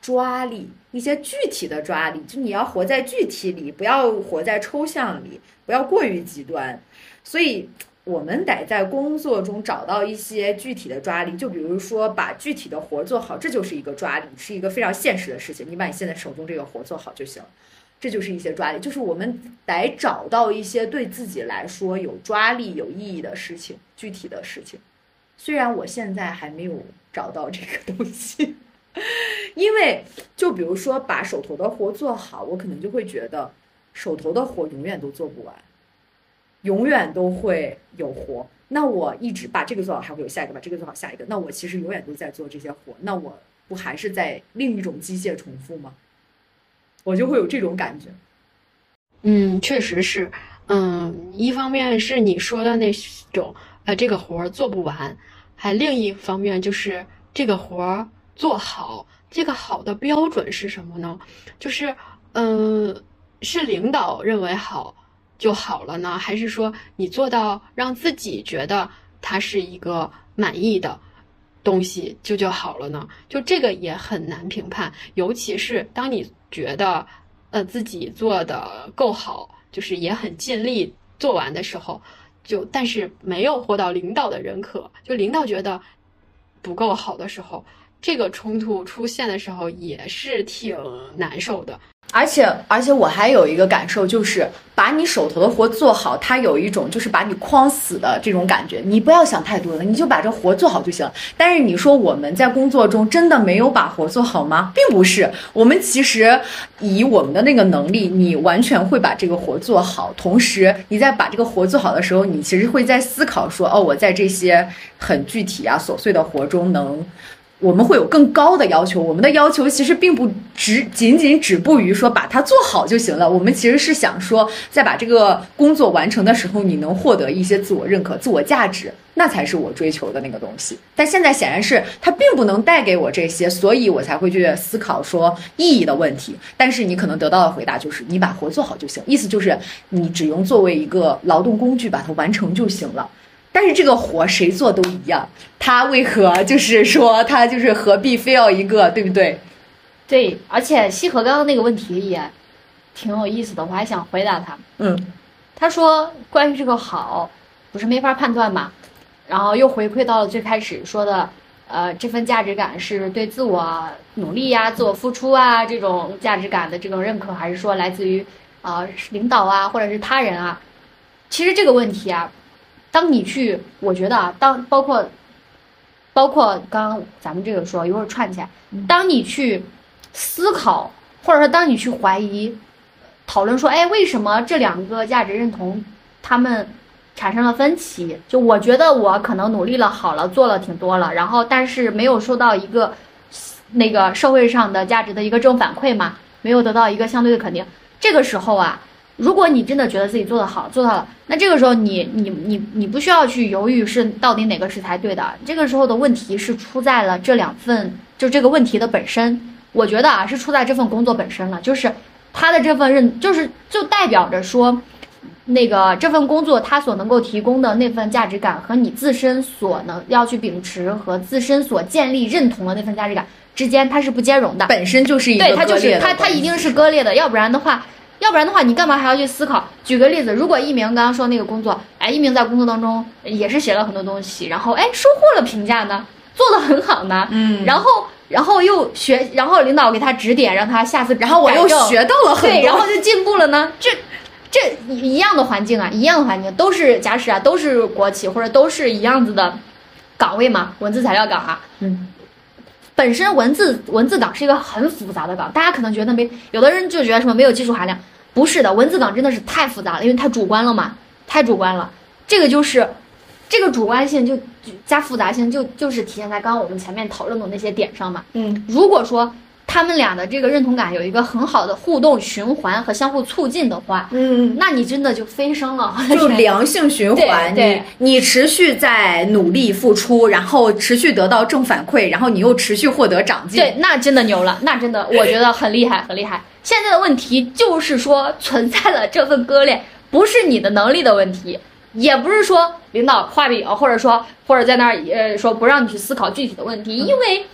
抓力，一些具体的抓力，就你要活在具体里，不要活在抽象里，不要过于极端。所以我们得在工作中找到一些具体的抓力，就比如说把具体的活做好，这就是一个抓力，是一个非常现实的事情。你把你现在手中这个活做好就行了，这就是一些抓力。就是我们得找到一些对自己来说有抓力、有意义的事情，具体的事情。虽然我现在还没有找到这个东西，因为就比如说把手头的活做好，我可能就会觉得手头的活永远都做不完，永远都会有活。那我一直把这个做好，还会有下一个，把这个做好下一个，那我其实永远都在做这些活，那我不还是在另一种机械重复吗？我就会有这种感觉。 确实是。一方面是你说的那种这个活做不完，还另一方面就是这个活做好，这个好的标准是什么呢？就是是领导认为好就好了呢，还是说你做到让自己觉得它是一个满意的东西就好了呢？就这个也很难评判，尤其是当你觉得自己做的够好，就是也很尽力做完的时候，但是没有获到领导的认可，就领导觉得不够好的时候，这个冲突出现的时候也是挺难受的。 而且我还有一个感受，就是把你手头的活做好，它有一种就是把你框死的这种感觉。你不要想太多了，你就把这活做好就行了。但是你说我们在工作中真的没有把活做好吗？并不是，我们其实以我们的那个能力，你完全会把这个活做好。同时你在把这个活做好的时候，你其实会在思考说，我在这些很具体啊琐碎的活中我们会有更高的要求，我们的要求其实并不仅仅止步于说把它做好就行了，我们其实是想说，在把这个工作完成的时候，你能获得一些自我认可、自我价值，那才是我追求的那个东西。但现在显然是它并不能带给我这些，所以我才会去思考说意义的问题。但是你可能得到的回答就是你把活做好就行，意思就是你只用作为一个劳动工具把它完成就行了。但是这个活谁做都一样，他为何就是说他就是何必非要一个，对不对？ 对，而且西河刚刚那个问题也挺有意思的，我还想回答他。他说关于这个好不是没法判断嘛，然后又回馈到了最开始说的这份价值感是对自我努力呀、自我付出啊这种价值感的这种认可，还是说来自于领导啊或者是他人啊？其实这个问题啊，当你去，我觉得啊，包括刚刚咱们这个说一会儿串起来，当你去思考，或者说当你去怀疑、讨论说，为什么这两个价值认同他们产生了分歧？就我觉得我可能努力了、好了、做了挺多了，然后但是没有收到一个那个社会上的价值的一个正反馈嘛，没有得到一个相对的肯定。这个时候啊，如果你真的觉得自己做得好，做到了，那这个时候你不需要去犹豫是到底哪个是才对的。这个时候的问题是出在了这两份，就这个问题的本身。我觉得啊，是出在这份工作本身了，就是他的这份就代表着说，那个这份工作它所能够提供的那份价值感和你自身所要去秉持和自身所建立认同的那份价值感之间，它是不兼容的， 本身就是一个对，它就是它一定是割裂的，要不然的话，你干嘛还要去思考？举个例子，如果一鸣刚刚说那个工作，一鸣在工作当中也是写了很多东西，然后收获了评价呢，做得很好呢，然后又学，然后领导给他指点，让他下次， 然后我又学到了很多， 对，然后就进步了呢。这一样的环境啊，一样的环境都是假使啊，都是国企或者都是一样子的岗位嘛，文字材料岗啊，本身文字岗是一个很复杂的岗，大家可能觉得有的人就觉得什么没有技术含量，不是的，文字岗真的是太复杂了，因为太主观了嘛，太主观了。这个就是这个主观性就加复杂性就是体现在刚刚我们前面讨论的那些点上嘛。如果说他们俩的这个认同感有一个很好的互动循环和相互促进的话，那你真的就飞升了， 就良性循环。 对， 你持续在努力付出，然后持续得到正反馈，然后你又持续获得长进。 对，那真的牛了，那真的我觉得很厉害，很厉害。现在的问题就是说存在了这份割裂，不是你的能力的问题，也不是说领导画饼，或者在那儿说不让你去思考具体的问题，因为在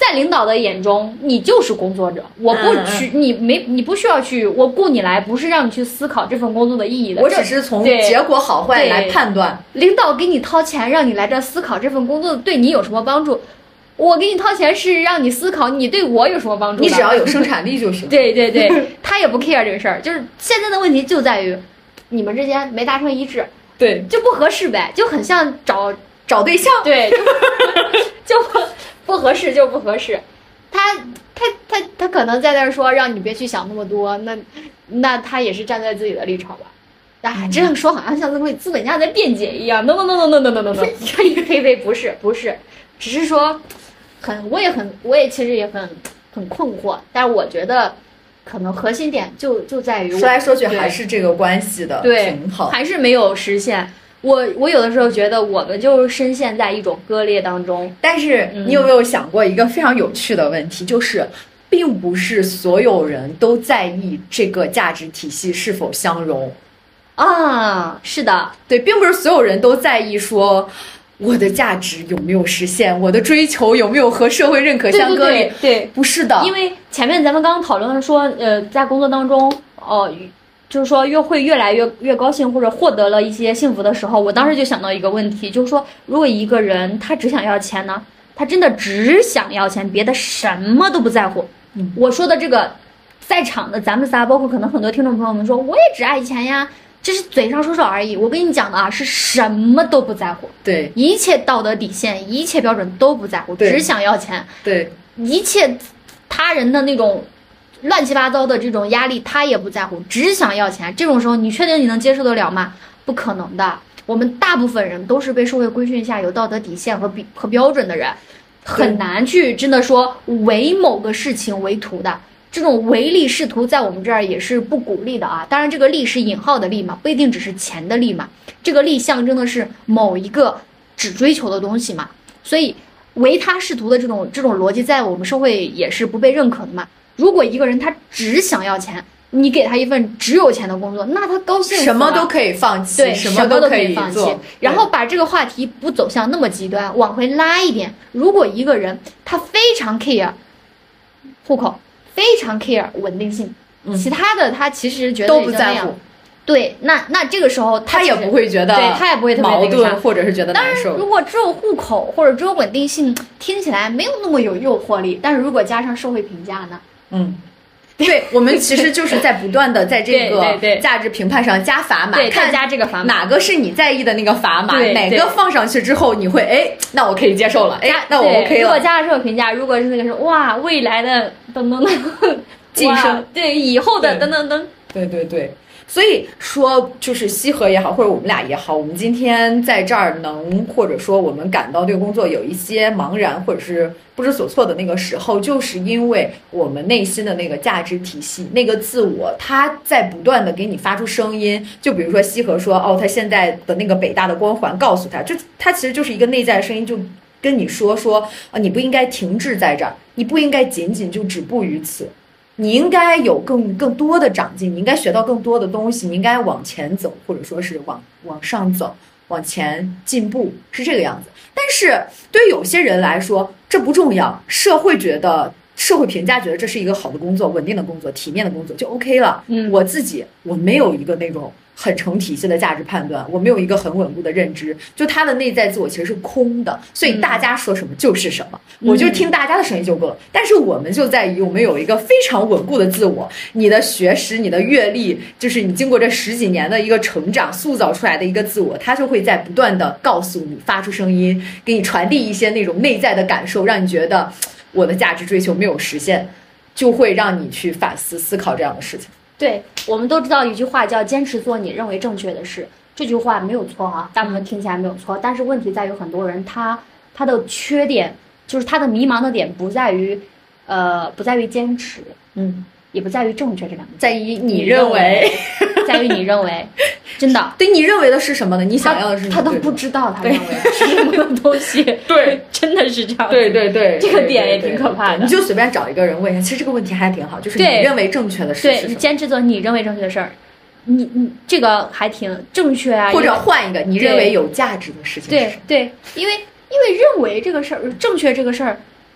在领导的眼中，你就是工作者，我不去，你不需要去，我雇你来不是让你去思考这份工作的意义的， 我只是从结果好坏来判断。 领导给你掏钱让你来这思考这份工作对你有什么帮助，我给你掏钱是让你思考你对我有什么帮助， 你只要有生产力就行。 对，他也不 care 这个事儿，就是现在的问题就在于你们之间没达成一致， 对， 就不合适呗，就很像找对象， 对，就不合适就不合适。他可能在那儿说让你别去想那么多，那他也是站在自己的立场吧。这样说好像像资本家在辩解一样。no， 呸，不是，只是说我也其实也很困惑，但是我觉得可能核心点就在于说来说去还是这个关系的平衡， 还是没有实现。我有的时候觉得我们就深陷在一种割裂当中。 但是你有没有想过一个非常有趣的问题，就是并不是所有人都在意这个价值体系是否相容啊？是的， 对，并不是所有人都在意说我的价值有没有实现，我的追求有没有和社会认可相割裂。 对， 不是的， 因为前面咱们刚刚讨论说，在工作当中，就是说会越来越高兴，或者获得了一些幸福的时候，我当时就想到一个问题，就是说，如果一个人他只想要钱呢，他真的只想要钱，别的什么都不在乎。我说的这个，在场的咱们仨，包括可能很多听众朋友们说，我也只爱钱呀，这是嘴上说说而已。我跟你讲的啊，是什么都不在乎， 对， 一切道德底线、一切标准都不在乎，只想要钱， 对， 一切他人的那种乱七八糟的这种压力他也不在乎，只想要钱。这种时候你确定你能接受得了吗？不可能的。我们大部分人都是被社会规训下有道德底线和标准的人，很难去真的说为某个事情为图的。这种唯利是图在我们这儿也是不鼓励的啊。当然这个利是引号的利嘛，不一定只是钱的利嘛，这个利象征的是某一个只追求的东西嘛。所以唯他是图的这种逻辑在我们社会也是不被认可的嘛。如果一个人他只想要钱，你给他一份只有钱的工作，那他高兴死了， 什么都可以放弃， 对， 什么都可以放弃。然后把这个话题不走向那么极端，往回拉一点。如果一个人他非常 care 户口，非常 care 稳定性，其他的他其实觉得都不在乎。 对，那这个时候他也不会觉得， 对，他也不会特别矛盾，或者是觉得难受。 当然，如果只有户口或者只有稳定性，听起来没有那么有诱惑力。但是如果加上社会评价呢？ 对，我们其实就是在不断的在这个价值评判上加砝码， 看加这个砝码哪个是你在意的那个砝码，哪个放上去之后你会那我可以接受了，那我 OK 了。 如果加上社会评价，如果是那个是哇未来的等等等晋升， 对以后的等等等， 对。所以说，就是西河也好，或者我们俩也好，我们今天在这儿能，或者说我们感到对工作有一些茫然，或者是不知所措的那个时候，就是因为我们内心的那个价值体系，那个自我，它在不断的给你发出声音。就比如说西河说，他现在的那个北大的光环告诉他，他其实就是一个内在的声音，就跟你说你不应该停滞在这儿，你不应该仅仅就止步于此。你应该有更多的长进，你应该学到更多的东西，你应该往前走，或者说是往上走，往前进步，是这个样子。但是对于有些人来说，这不重要，社会评价觉得这是一个好的工作，稳定的工作，体面的工作就 OK 了。我没有一个那种很成体系的价值判断，我没有一个很稳固的认知，就他的内在自我其实是空的，所以大家说什么就是什么，我就听大家的声音就够了。但是我们就在于我们有一个非常稳固的自我，你的学识、你的阅历，就是你经过这10几年的一个成长塑造出来的一个自我，它就会在不断的告诉你，发出声音，给你传递一些那种内在的感受，让你觉得我的价值追求没有实现，就会让你去反思思考这样的事情。 对，我们都知道一句话叫坚持做你认为正确的事，这句话没有错啊，大部分听起来没有错，但是问题在于很多人他的缺点就是他的迷茫的点不在于坚持，也不在于正确这两个字， 在于你认为在于你认为真的对，你认为的是什么呢？你想要的是什么？ 他都不知道他认为的是什么东西。 对， 真的是这样。 对， 这个点也挺可怕的。 你就随便找一个人问一下，其实这个问题还挺好，就是你认为正确的事是什么？ 对，你坚持做你认为正确的事儿，你这个还挺正确啊。 或者换一个你认为有价值的事情是什么？ 对，因为认为这个事儿正确这个事儿，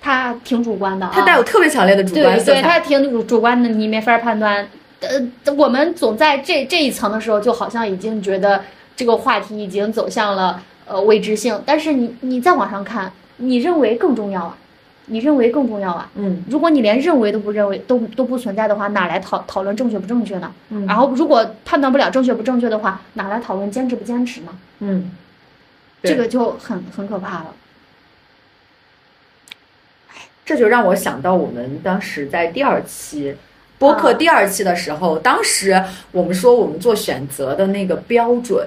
它挺主观的啊， 它带有特别强烈的主观色彩。 对，它挺主观的，你没法判断。我们总在这一层的时候，就好像已经觉得这个话题已经走向了未知性，但是你再往上看，你认为更重要啊？你认为更重要啊？如果你连认为都不认为，都不存在的话，哪来讨论正确不正确呢？然后如果判断不了正确不正确的话，哪来讨论坚持不坚持呢？这个就很可怕了。 这就让我想到我们当时在播客第二期的时候，当时我们说我们做选择的那个标准，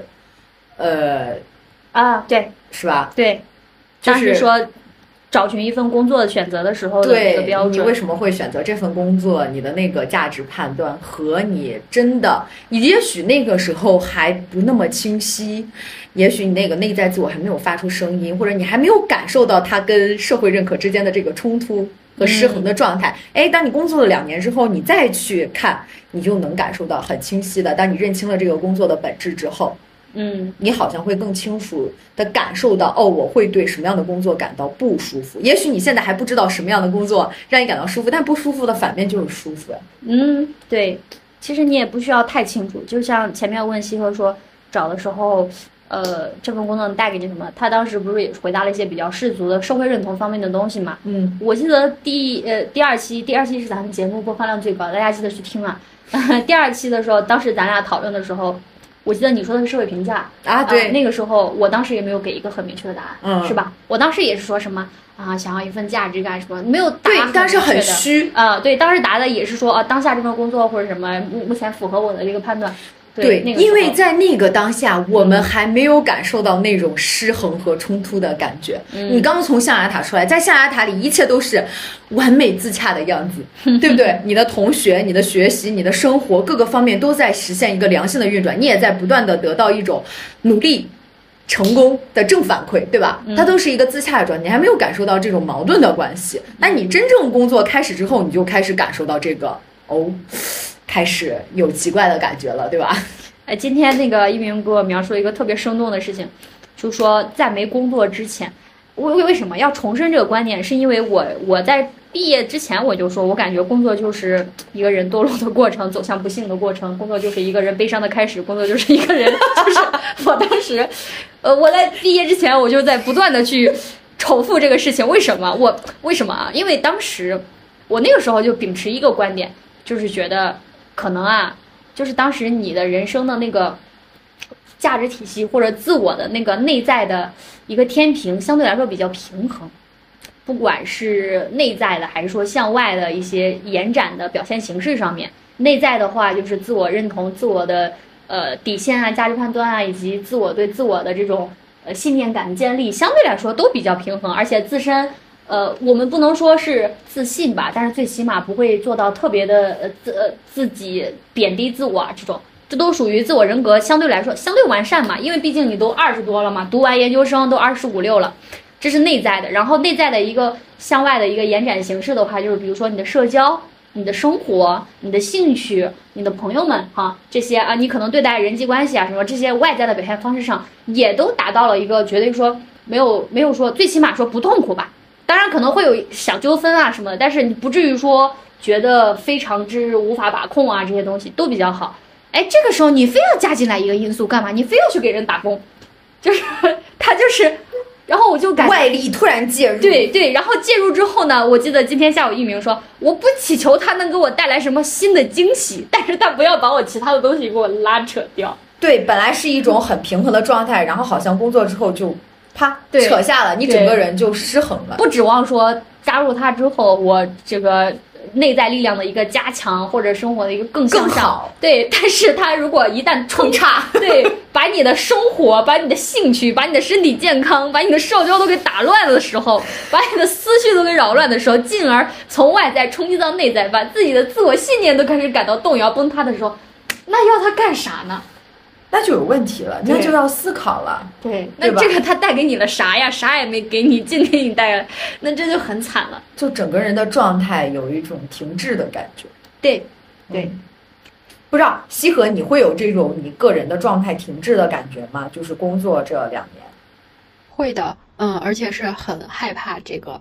对， 是吧？ 对，当时说找寻一份工作的选择的时候的那个标准， 你为什么会选择这份工作？你的那个价值判断和你也许那个时候还不那么清晰，也许你那个内在自我还没有发出声音，或者你还没有感受到它跟社会认可之间的这个冲突和失衡的状态。当你工作了2年之后，你再去看，你就能感受到很清晰的。当你认清了这个工作的本质之后，你好像会更清楚的感受到，我会对什么样的工作感到不舒服。也许你现在还不知道什么样的工作让你感到舒服，但不舒服的反面就是舒服呀。 对，其实你也不需要太清楚。就像前面问西河说，找的时候，这份工作能带给你什么？他当时不是也回答了一些比较世俗的社会认同方面的东西嘛？我记得第二期是咱们节目播放量最高的，大家记得去听啊。第2期的时候，当时咱俩讨论的时候。我记得你说的是社会评价对， 那个时候我当时也没有给一个很明确的答案，是吧？我当时也是说什么想要一份价值感什么，没有答案， 对，当时很虚对，当时答的也是说当下这份工作或者什么目前符合我的这个判断。 对， 那个因为在那个当下，我们还没有感受到那种失衡和冲突的感觉。你刚从象牙塔出来，在象牙塔里一切都是完美自洽的样子，对不对？你的同学、你的学习、你的生活各个方面都在实现一个良性的运转，你也在不断的得到一种努力成功的正反馈，对吧？它都是一个自洽的状态，你还没有感受到这种矛盾的关系。但你真正工作开始之后，你就开始感受到这个开始有奇怪的感觉了，对吧？ 今天那个一鸣给我描述一个特别生动的事情，就是说在没工作之前，为什么要重申这个观点？是因为我在毕业之前我就说，我感觉工作就是一个人堕落的过程，走向不幸的过程，工作就是一个人悲伤的开始，工作就是一个人就是我当时我在毕业之前我就在不断的去重复这个事情。为什么因为当时我那个时候就秉持一个观点，就是觉得可能就是当时你的人生的那个价值体系或者自我的那个内在的一个天平相对来说比较平衡，不管是内在的还是说向外的一些延展的表现形式上面。内在的话就是自我认同、自我的底线价值判断以及自我对自我的这种信念感建立，相对来说都比较平衡，而且自身我们不能说是自信吧，但是最起码不会做到特别的自己贬低自我这种，这都属于自我人格相对来说相对完善嘛。因为毕竟你都20多了嘛，读完研究生都25、26了，这是内在的。然后内在的一个向外的一个延展形式的话，就是比如说你的社交、你的生活、你的兴趣、你的朋友们这些你可能对待人际关系什么这些外在的表现方式上，也都达到了一个绝对说没有说最起码说不痛苦吧。当然可能会有小纠纷什么的，但是你不至于说觉得非常之无法把控这些东西都比较好。这个时候你非要加进来一个因素干嘛？你非要去给人打工，就是他就是，然后我就感觉外力突然介入， 对，然后介入之后呢，我记得今天下午一鸣说，我不祈求他能给我带来什么新的惊喜，但是他不要把我其他的东西给我拉扯掉。 对，本来是一种很平衡的状态，然后好像工作之后就啪扯下了，你整个人就失衡了。 不指望说加入他之后，我这个内在力量的一个加强，或者生活的一个更向上， 好。 对，但是他如果一旦冲差，对，把你的生活、把你的兴趣、把你的身体健康、把你的社交都给打乱了的时候，把你的思绪都给扰乱的时候，进而从外在冲击到内在，把自己的自我信念都开始感到动摇崩塌的时候，那要他干啥呢？ 那就有问题了，那就要思考了。 对，那这个他带给你了啥呀？啥也没给你，净给你带来，那这就很惨了。 就整个人的状态有一种停滞的感觉。 对， 不知道西河你会有这种你个人的状态停滞的感觉吗？就是工作这2年。 会的，而且是很害怕这个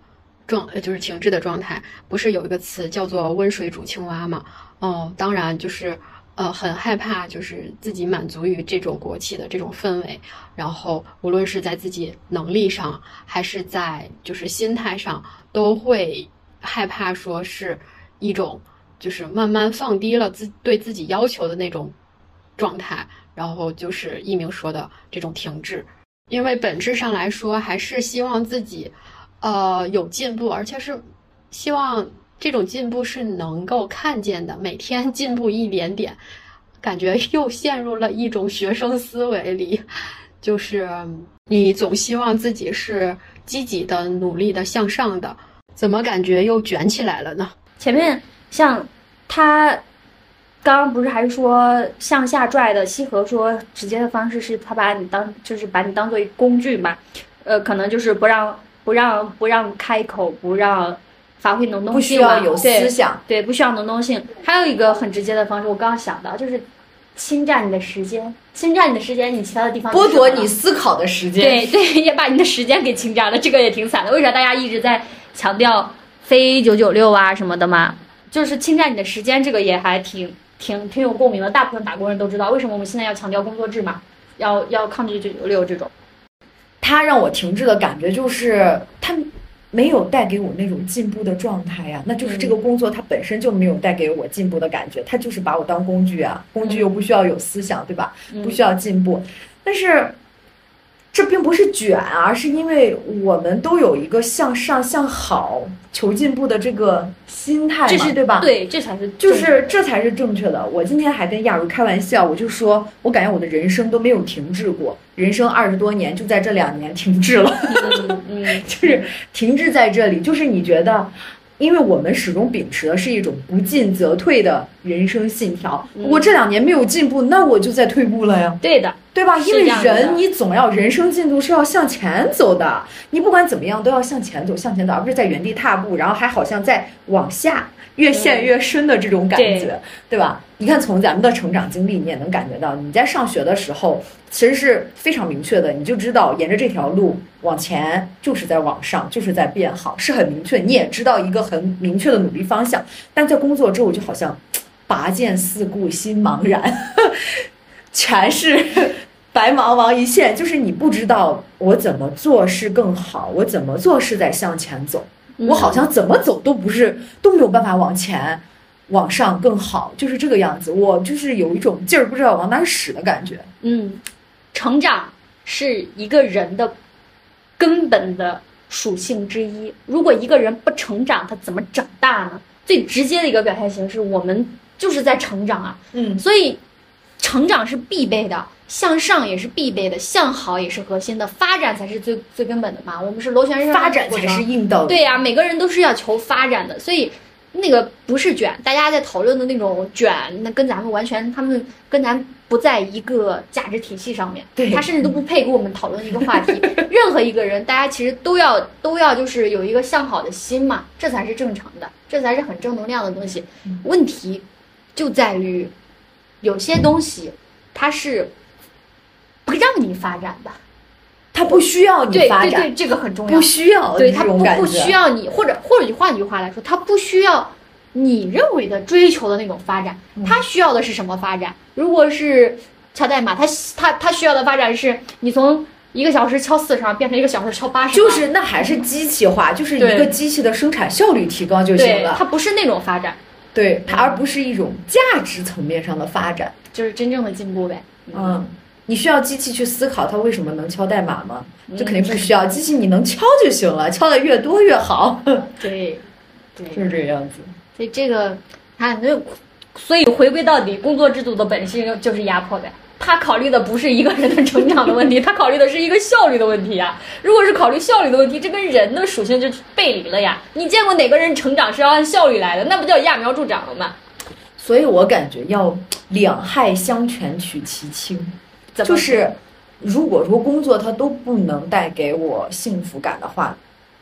就是停滞的状态。不是有一个词叫做温水煮青蛙吗？当然就是很害怕就是自己满足于这种国企的这种氛围，然后无论是在自己能力上还是在就是心态上，都会害怕说是一种就是慢慢放低了对自己要求的那种状态，然后就是一鸣说的这种停滞。因为本质上来说还是希望自己有进步，而且是希望这种进步是能够看见的，每天进步一点点，感觉又陷入了一种学生思维里，就是你总希望自己是积极的、努力的、向上的，怎么感觉又卷起来了呢？ 前面像他刚刚不是还说向下拽的，西河说直接的方式是他把你当做一个工具嘛，可能就是不让开口，不让发挥能动性， 不需要有思想， 对，不需要能动性。还有一个很直接的方式，我刚刚想到就是侵占你的时间，你其他的地方剥夺你思考的时间， 对，也把你的时间给侵占了，这个也挺惨的。为啥大家一直在强调非996啊什么的嘛？就是侵占你的时间，这个也还挺有共鸣的。大部分打工人都知道为什么我们现在要强调工作制嘛，要抗拒996这种。 他让我停滞的感觉就是他没有带给我那种进步的状态呀，那就是这个工作它本身就没有带给我进步的感觉，他就是把我当工具啊，工具又不需要有思想，对吧？不需要进步，但是这并不是卷啊，而是因为我们都有一个向上向好求进步的这个心态嘛，对吧？ 对，这才是这才是正确的。我今天还跟亚茹开玩笑，我就说我感觉我的人生都没有停滞过，人生20多年就在这2年停滞了，就是停滞在这里。就是你觉得，因为我们始终秉持的是一种不进则退的人生信条，我这2年没有进步，那我就在退步了呀。 对的， 对吧？因为人你总要人生进度是要向前走的，你不管怎么样都要向前走，而不是在原地踏步，然后还好像在往下越陷越深的这种感觉，对吧？你看从咱们的成长经历，你也能感觉到，你在上学的时候其实是非常明确的，你就知道沿着这条路往前就是在往上，就是在变好，是很明确，你也知道一个很明确的努力方向。但在工作之后就好像拔剑四顾心茫然全是白茫茫一线，就是你不知道我怎么做是更好，我怎么做是在向前走，我好像怎么走都没有办法往前往上更好，就是这个样子。我就是有一种劲儿不知道往哪使的感觉。 成长是一个人的根本的属性之一，如果一个人不成长，他怎么长大呢？最直接的一个表现形式，我们就是在成长啊。所以成长是必备的，向上也是必备的，向好也是核心的，发展才是最根本的嘛。我们是螺旋上发展才是硬道理。 对呀，每个人都是要求发展的，所以那个不是卷，大家在讨论的那种卷，那跟咱们完全，他们跟咱不在一个价值体系上面， 对， 他甚至都不配跟我们讨论一个话题。任何一个人，大家其实都要就是有一个向好的心嘛，这才是正常的，这才是很正能量的东西。问题就在于有些东西它是不让你发展的， 它不需要你发展， 对，这个很重要， 不需要， 对，它不需要你，或者换句话来说，它不需要你认为的追求的那种发展，它需要的是什么发展？如果是敲代码，它需要的发展是你从1个小时敲40行变成1个小时敲80行， 就是那还是机器化，就是一个机器的生产效率提高就行了。 它不是那种发展， 对，它而不是一种价值层面上的发展， 就是真正的进步呗。 你需要机器去思考它为什么能敲代码吗？这肯定不需要，机器你能敲就行了，敲的越多越好。 对， 就是这个样子。 所以这个，所以回归到底，工作制度的本性就是压迫呗。他考虑的不是一个人的成长的问题，他考虑的是一个效率的问题呀。如果是考虑效率的问题，这跟人的属性就背离了呀。你见过哪个人成长是要按效率来的？那不叫揠苗助长了吗？ 所以我感觉要两害相权取其轻，就是如果说工作它都不能带给我幸福感的话，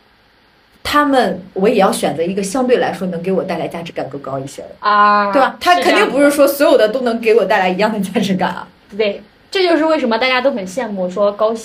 我也要选择一个相对来说能给我带来价值感更高一些的啊，对吧？他肯定不是说所有的都能给我带来一样的价值感啊。 对，这就是为什么大家都很羡慕说高薪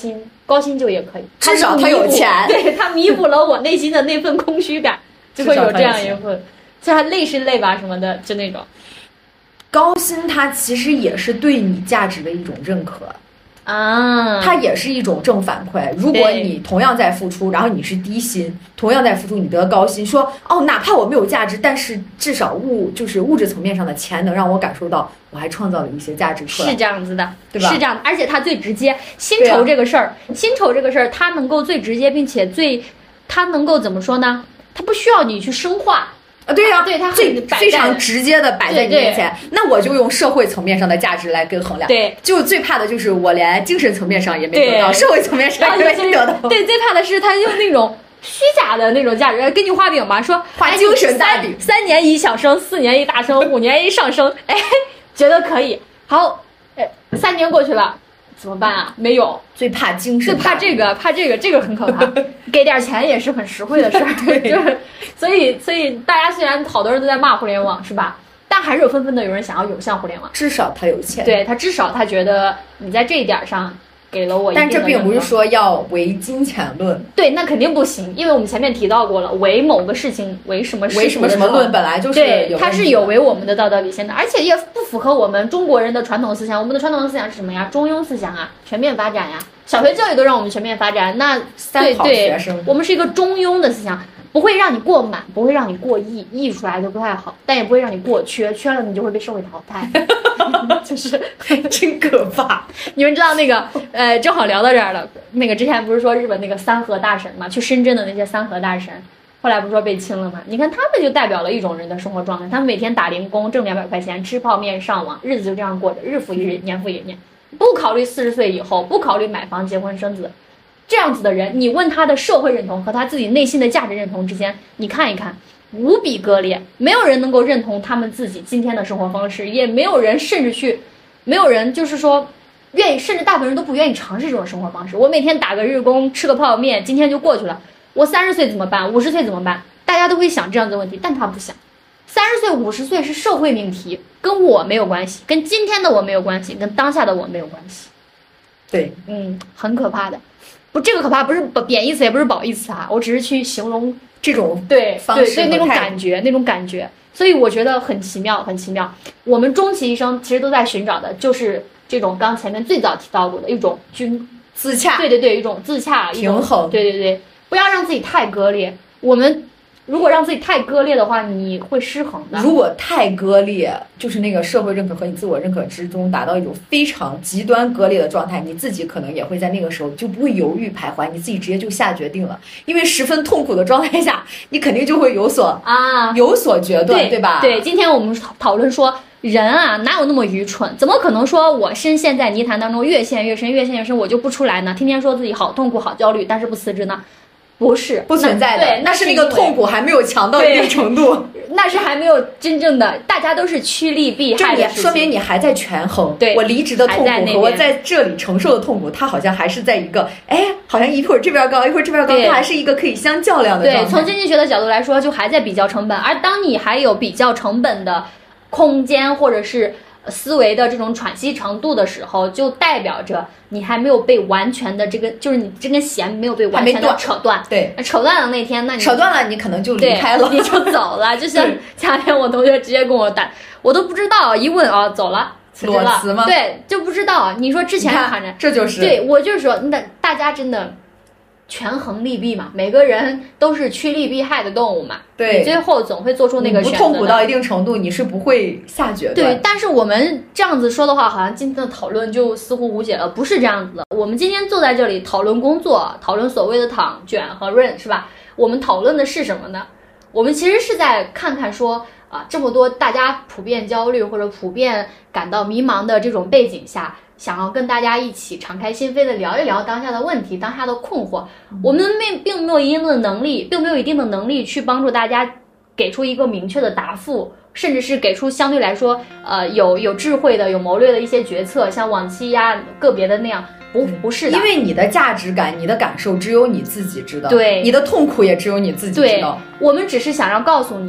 高薪就业可以， 至少他有钱， 对，他弥补了我内心的那份空虚感，就会有这样一份，就他累是累吧什么的，就那种。 高薪它其实也是对你价值的一种认可啊， 它也是一种正反馈。如果你同样在付出，然后你是低薪，同样在付出，你得高薪，说哦，哪怕我没有价值，但是至少就是物质层面上的钱能让我感受到我还创造了一些价值出来， 是这样子的， 对吧？ 是这样的，而且它最直接，薪酬这个事儿，薪酬这个事儿，它能够最直接，并且它能够怎么说呢？它不需要你去深化。 对呀， 对，它非常直接的摆在你面前，那我就用社会层面上的价值来跟衡量。 对， 就最怕的就是我连精神层面上也没得到，社会层面上也没得到。 对，最怕的是他用那种虚假的那种价值，给你画饼嘛，说画精神大饼 ，3年一小升，4年一大升，5年一上升，哎，觉得可以。好，3年过去了。怎么办啊？没有， 最怕精神， 最怕这个很可怕。给点钱也是很实惠的事儿，就是，所以大家虽然好多人都在骂互联网，是吧？但还是有纷纷的有人想要涌向互联网。 至少他有钱， 对他至少他觉得你在这一点上给了我一定的认可。 但这并不是说要唯金钱论， 对，那肯定不行，因为我们前面提到过了，唯某个事情唯什么论本来就是对，它是有违我们的道德底线的，而且也不符合我们中国人的传统思想。我们的传统思想是什么呀？中庸思想啊，全面发展呀。小学教育都让我们全面发展，那三好学生， 我们是一个中庸的思想，不会让你过满，不会让你过溢，溢出来就不太好，但也不会让你过缺，缺了你就会被社会淘汰，就是真可怕。 你们知道那个正好聊到这儿了，那个之前不是说日本那个三和大神嘛，去深圳的那些三和大神，后来不是说被清了嘛？你看他们就代表了一种人的生活状态，他们每天打零工，挣200块钱，吃泡面上网，日子就这样过着，日复一日，年复一年，不考虑40岁以后，不考虑买房、结婚、生子。这样子的人，你问他的社会认同和他自己内心的价值认同之间，你看一看，无比割裂。没有人能够认同他们自己今天的生活方式，也没有人没有人就是说愿意，甚至大部分人都不愿意尝试这种生活方式。我每天打个日工，吃个泡面，今天就过去了。我30岁怎么办？50岁怎么办？大家都会想这样的问题，但他不想。30岁、50岁是社会命题，跟我没有关系，跟今天的我没有关系，跟当下的我没有关系。 对， 很可怕的。不，这个可怕不是贬义词，也不是褒义词啊，我只是去形容这种方式，对那种感觉，所以我觉得很奇妙，很奇妙。我们终其一生其实都在寻找的就是这种刚前面最早提到过的一种自洽， 对，一种自洽平衡， 对，不要让自己太割裂。我们如果让自己太割裂的话，你会失衡的。 如果太割裂，就是那个社会认可和你自我认可之中达到一种非常极端割裂的状态，你自己可能也会在那个时候就不会犹豫徘徊，你自己直接就下决定了。因为十分痛苦的状态下，你肯定就会有所决断，对吧？ 对，今天我们讨论说，人啊哪有那么愚蠢？怎么可能说我深陷在泥潭当中越陷越深，我就不出来呢？天天说自己好痛苦好焦虑，但是不辞职呢？不存在的， 那是那个痛苦还没有强到一定程度， 那是还没有真正的，大家都是趋利避害的， 说明你还在权衡。 对， 我离职的痛苦和我在这里承受的痛苦，它好像还是在一个，好像一会儿这边高，一会儿这边高，它还是一个可以相较量的状态。 对，从经济学的角度来说，就还在比较成本，而当你还有比较成本的空间或者是思维的这种喘息程度的时候，就代表着你还没有被完全的就是你这根弦没有被完全的扯断。 对， 扯断了那天，那你扯断了，你可能就离开了， 你就走了。就像前两天我同学直接跟我打，我都不知道，一问走了，辞职了。 裸辞吗？ 对，就不知道。你说之前喊着， 这就是对我就是说，那大家真的。权衡利弊嘛，每个人都是趋利避害的动物嘛。 对， 你最后总会做出那个选择。 不痛苦到一定程度，你是不会下决断。 对，但是我们这样子说的话，好像今天的讨论就似乎无解了。不是这样子的。我们今天坐在这里讨论工作，讨论所谓的躺卷和润，是吧？我们讨论的是什么呢？我们其实是在看看说这么多大家普遍焦虑或者普遍感到迷茫的这种背景下。想要跟大家一起敞开心扉的聊一聊当下的问题，当下的困惑。我们并没有一定的能力，去帮助大家给出一个明确的答复，甚至是给出相对来说有智慧的、有谋略的一些决策，像往期个别的那样。不是的， 因为你的价值感、你的感受只有你自己知道， 对， 你的痛苦也只有你自己知道。 我们只是想要告诉你，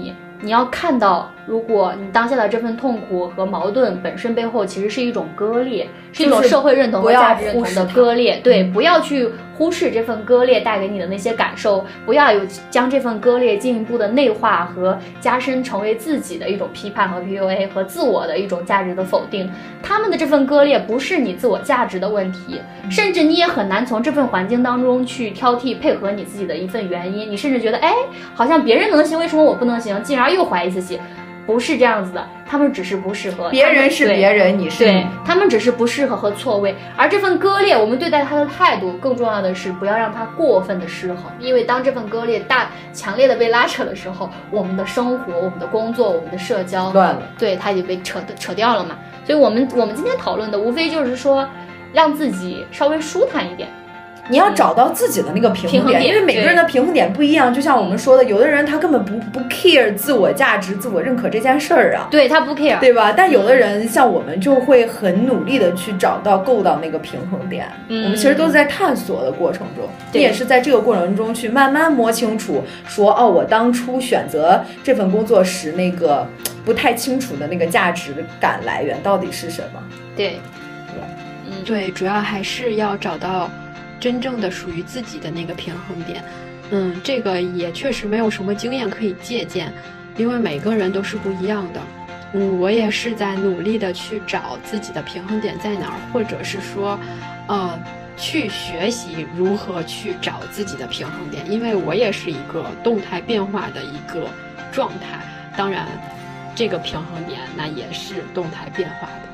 你要看到，如果你当下的这份痛苦和矛盾本身背后其实是一种割裂，是一种社会认同和价值认同的割裂。对，不要去忽视这份割裂带给你的那些感受，不要将这份割裂进一步的内化和加深，成为自己的一种批判和 PUA 和自我的一种价值的否定。他们的这份割裂不是你自我价值的问题，甚至你也很难从这份环境当中去挑剔配合你自己的一份原因。你甚至觉得，哎，好像别人能行，为什么我不能行？进而又怀疑自己。不是这样子的，他们只是不适合。 别人是别人，你是你。 对，他们只是不适合和错位。而这份割裂，我们对待它的态度，更重要的是不要让它过分的失衡。因为当这份割裂强烈的被拉扯的时候，我们的生活、我们的工作、我们的社交乱了， 对，它已经被扯掉了嘛。所以我们今天讨论的，无非就是说，让自己稍微舒坦一点。 你要找到自己的那个平衡点，因为每个人的平衡点不一样。就像我们说的，有的人他根本不 care 自我价值、自我认可这件事儿啊， 对他不 care， 对吧？但有的人像我们就会很努力的去够到那个平衡点。我们其实都是在探索的过程中，你也是在这个过程中去慢慢摸清楚，说哦，我当初选择这份工作时那个不太清楚的那个价值感来源到底是什么？ 对， 对，主要还是要找到真正的属于自己的那个平衡点。这个也确实没有什么经验可以借鉴，因为每个人都是不一样的。我也是在努力的去找自己的平衡点在哪儿，或者是说去学习如何去找自己的平衡点，因为我也是一个动态变化的一个状态，当然这个平衡点那也是动态变化的。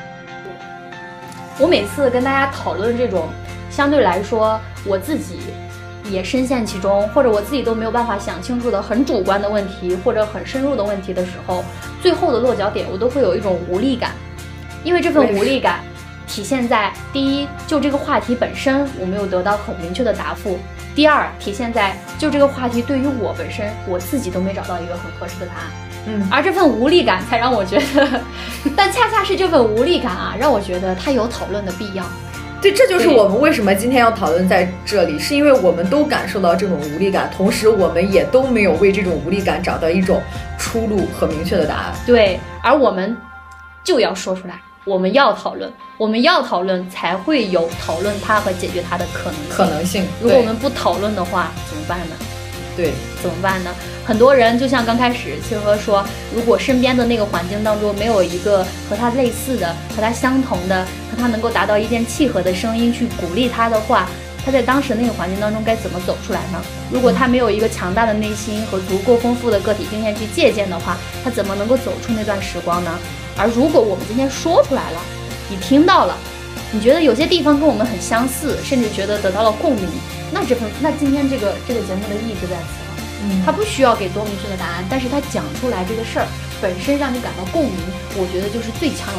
我每次跟大家讨论这种相对来说我自己也深陷其中，或者我自己都没有办法想清楚的很主观的问题，或者很深入的问题的时候，最后的落脚点我都会有一种无力感。因为这份无力感体现在第一，就这个话题本身我没有得到很明确的答复；第二，体现在就这个话题对于我本身我自己都没找到一个很合适的答案。而这份无力感才让我觉得，但恰恰是这份无力感啊，让我觉得它有讨论的必要。 对，这就是我们为什么今天要讨论在这里，是因为我们都感受到这种无力感，同时我们也都没有为这种无力感找到一种出路和明确的答案。 对，而我们就要说出来，我们要讨论，才会有讨论它和解决它的可能性。如果我们不讨论的话，怎么办呢？ 对， 怎么办呢？很多人就像刚开始契合说，如果身边的那个环境当中没有一个和他类似的、和他相同的、和他能够达到一件契合的声音去鼓励他的话，他在当时那个环境当中该怎么走出来呢？如果他没有一个强大的内心和足够丰富的个体经验去借鉴的话，他怎么能够走出那段时光呢？而如果我们今天说出来了，你听到了，你觉得有些地方跟我们很相似，甚至觉得得到了共鸣，那今天这个节目的意义就在此了。他不需要给多明确的答案，但是他讲出来这个事儿本身让你感到共鸣，我觉得就是最强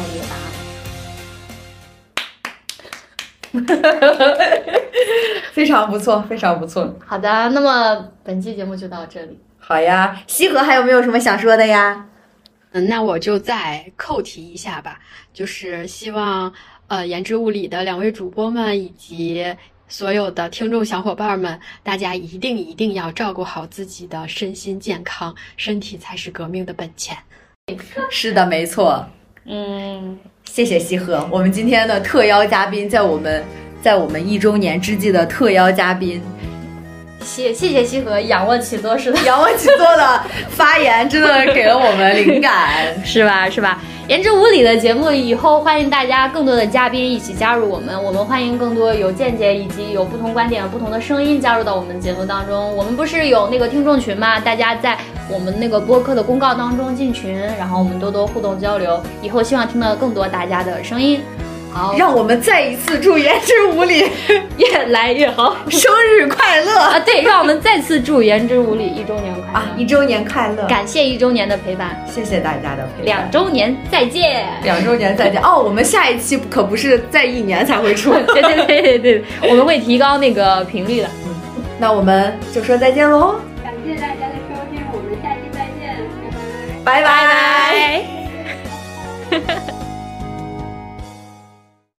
有力的答案。 非常不错，非常不错。 好的，那么本期节目就到这里。 好呀，西河还有没有什么想说的呀？ 那我就再扣题一下吧，就是希望言之物理的两位主播们以及所有的听众小伙伴们，大家一定要照顾好自己的身心健康，身体才是革命的本钱。 是的，没错。谢谢西河，我们今天的特邀嘉宾，在我们1周年之际的特邀嘉宾。 谢谢西河仰卧起坐式的发言，真的给了我们灵感， 是吧？言之无理的节目以后欢迎大家更多的嘉宾一起加入我们欢迎更多有见解以及有不同观点不同的声音加入到我们节目当中。我们不是有那个听众群吗？大家在我们那个播客的公告当中进群，然后我们多多互动交流，以后希望听到更多大家的声音。好， 让我们再一次祝言之无理越来越好， 生日快乐啊！对，让我们再次祝言之无理1周年快乐啊！1周年快乐， 感谢1周年的陪伴， 谢谢大家的陪伴。 2周年再见 ，2周年再见哦！我们下一期可不是在1年才会出， 对，我们会提高那个频率的。 那我们就说再见喽！ 感谢大家的收听，我们下期再见， 拜拜。 拜拜。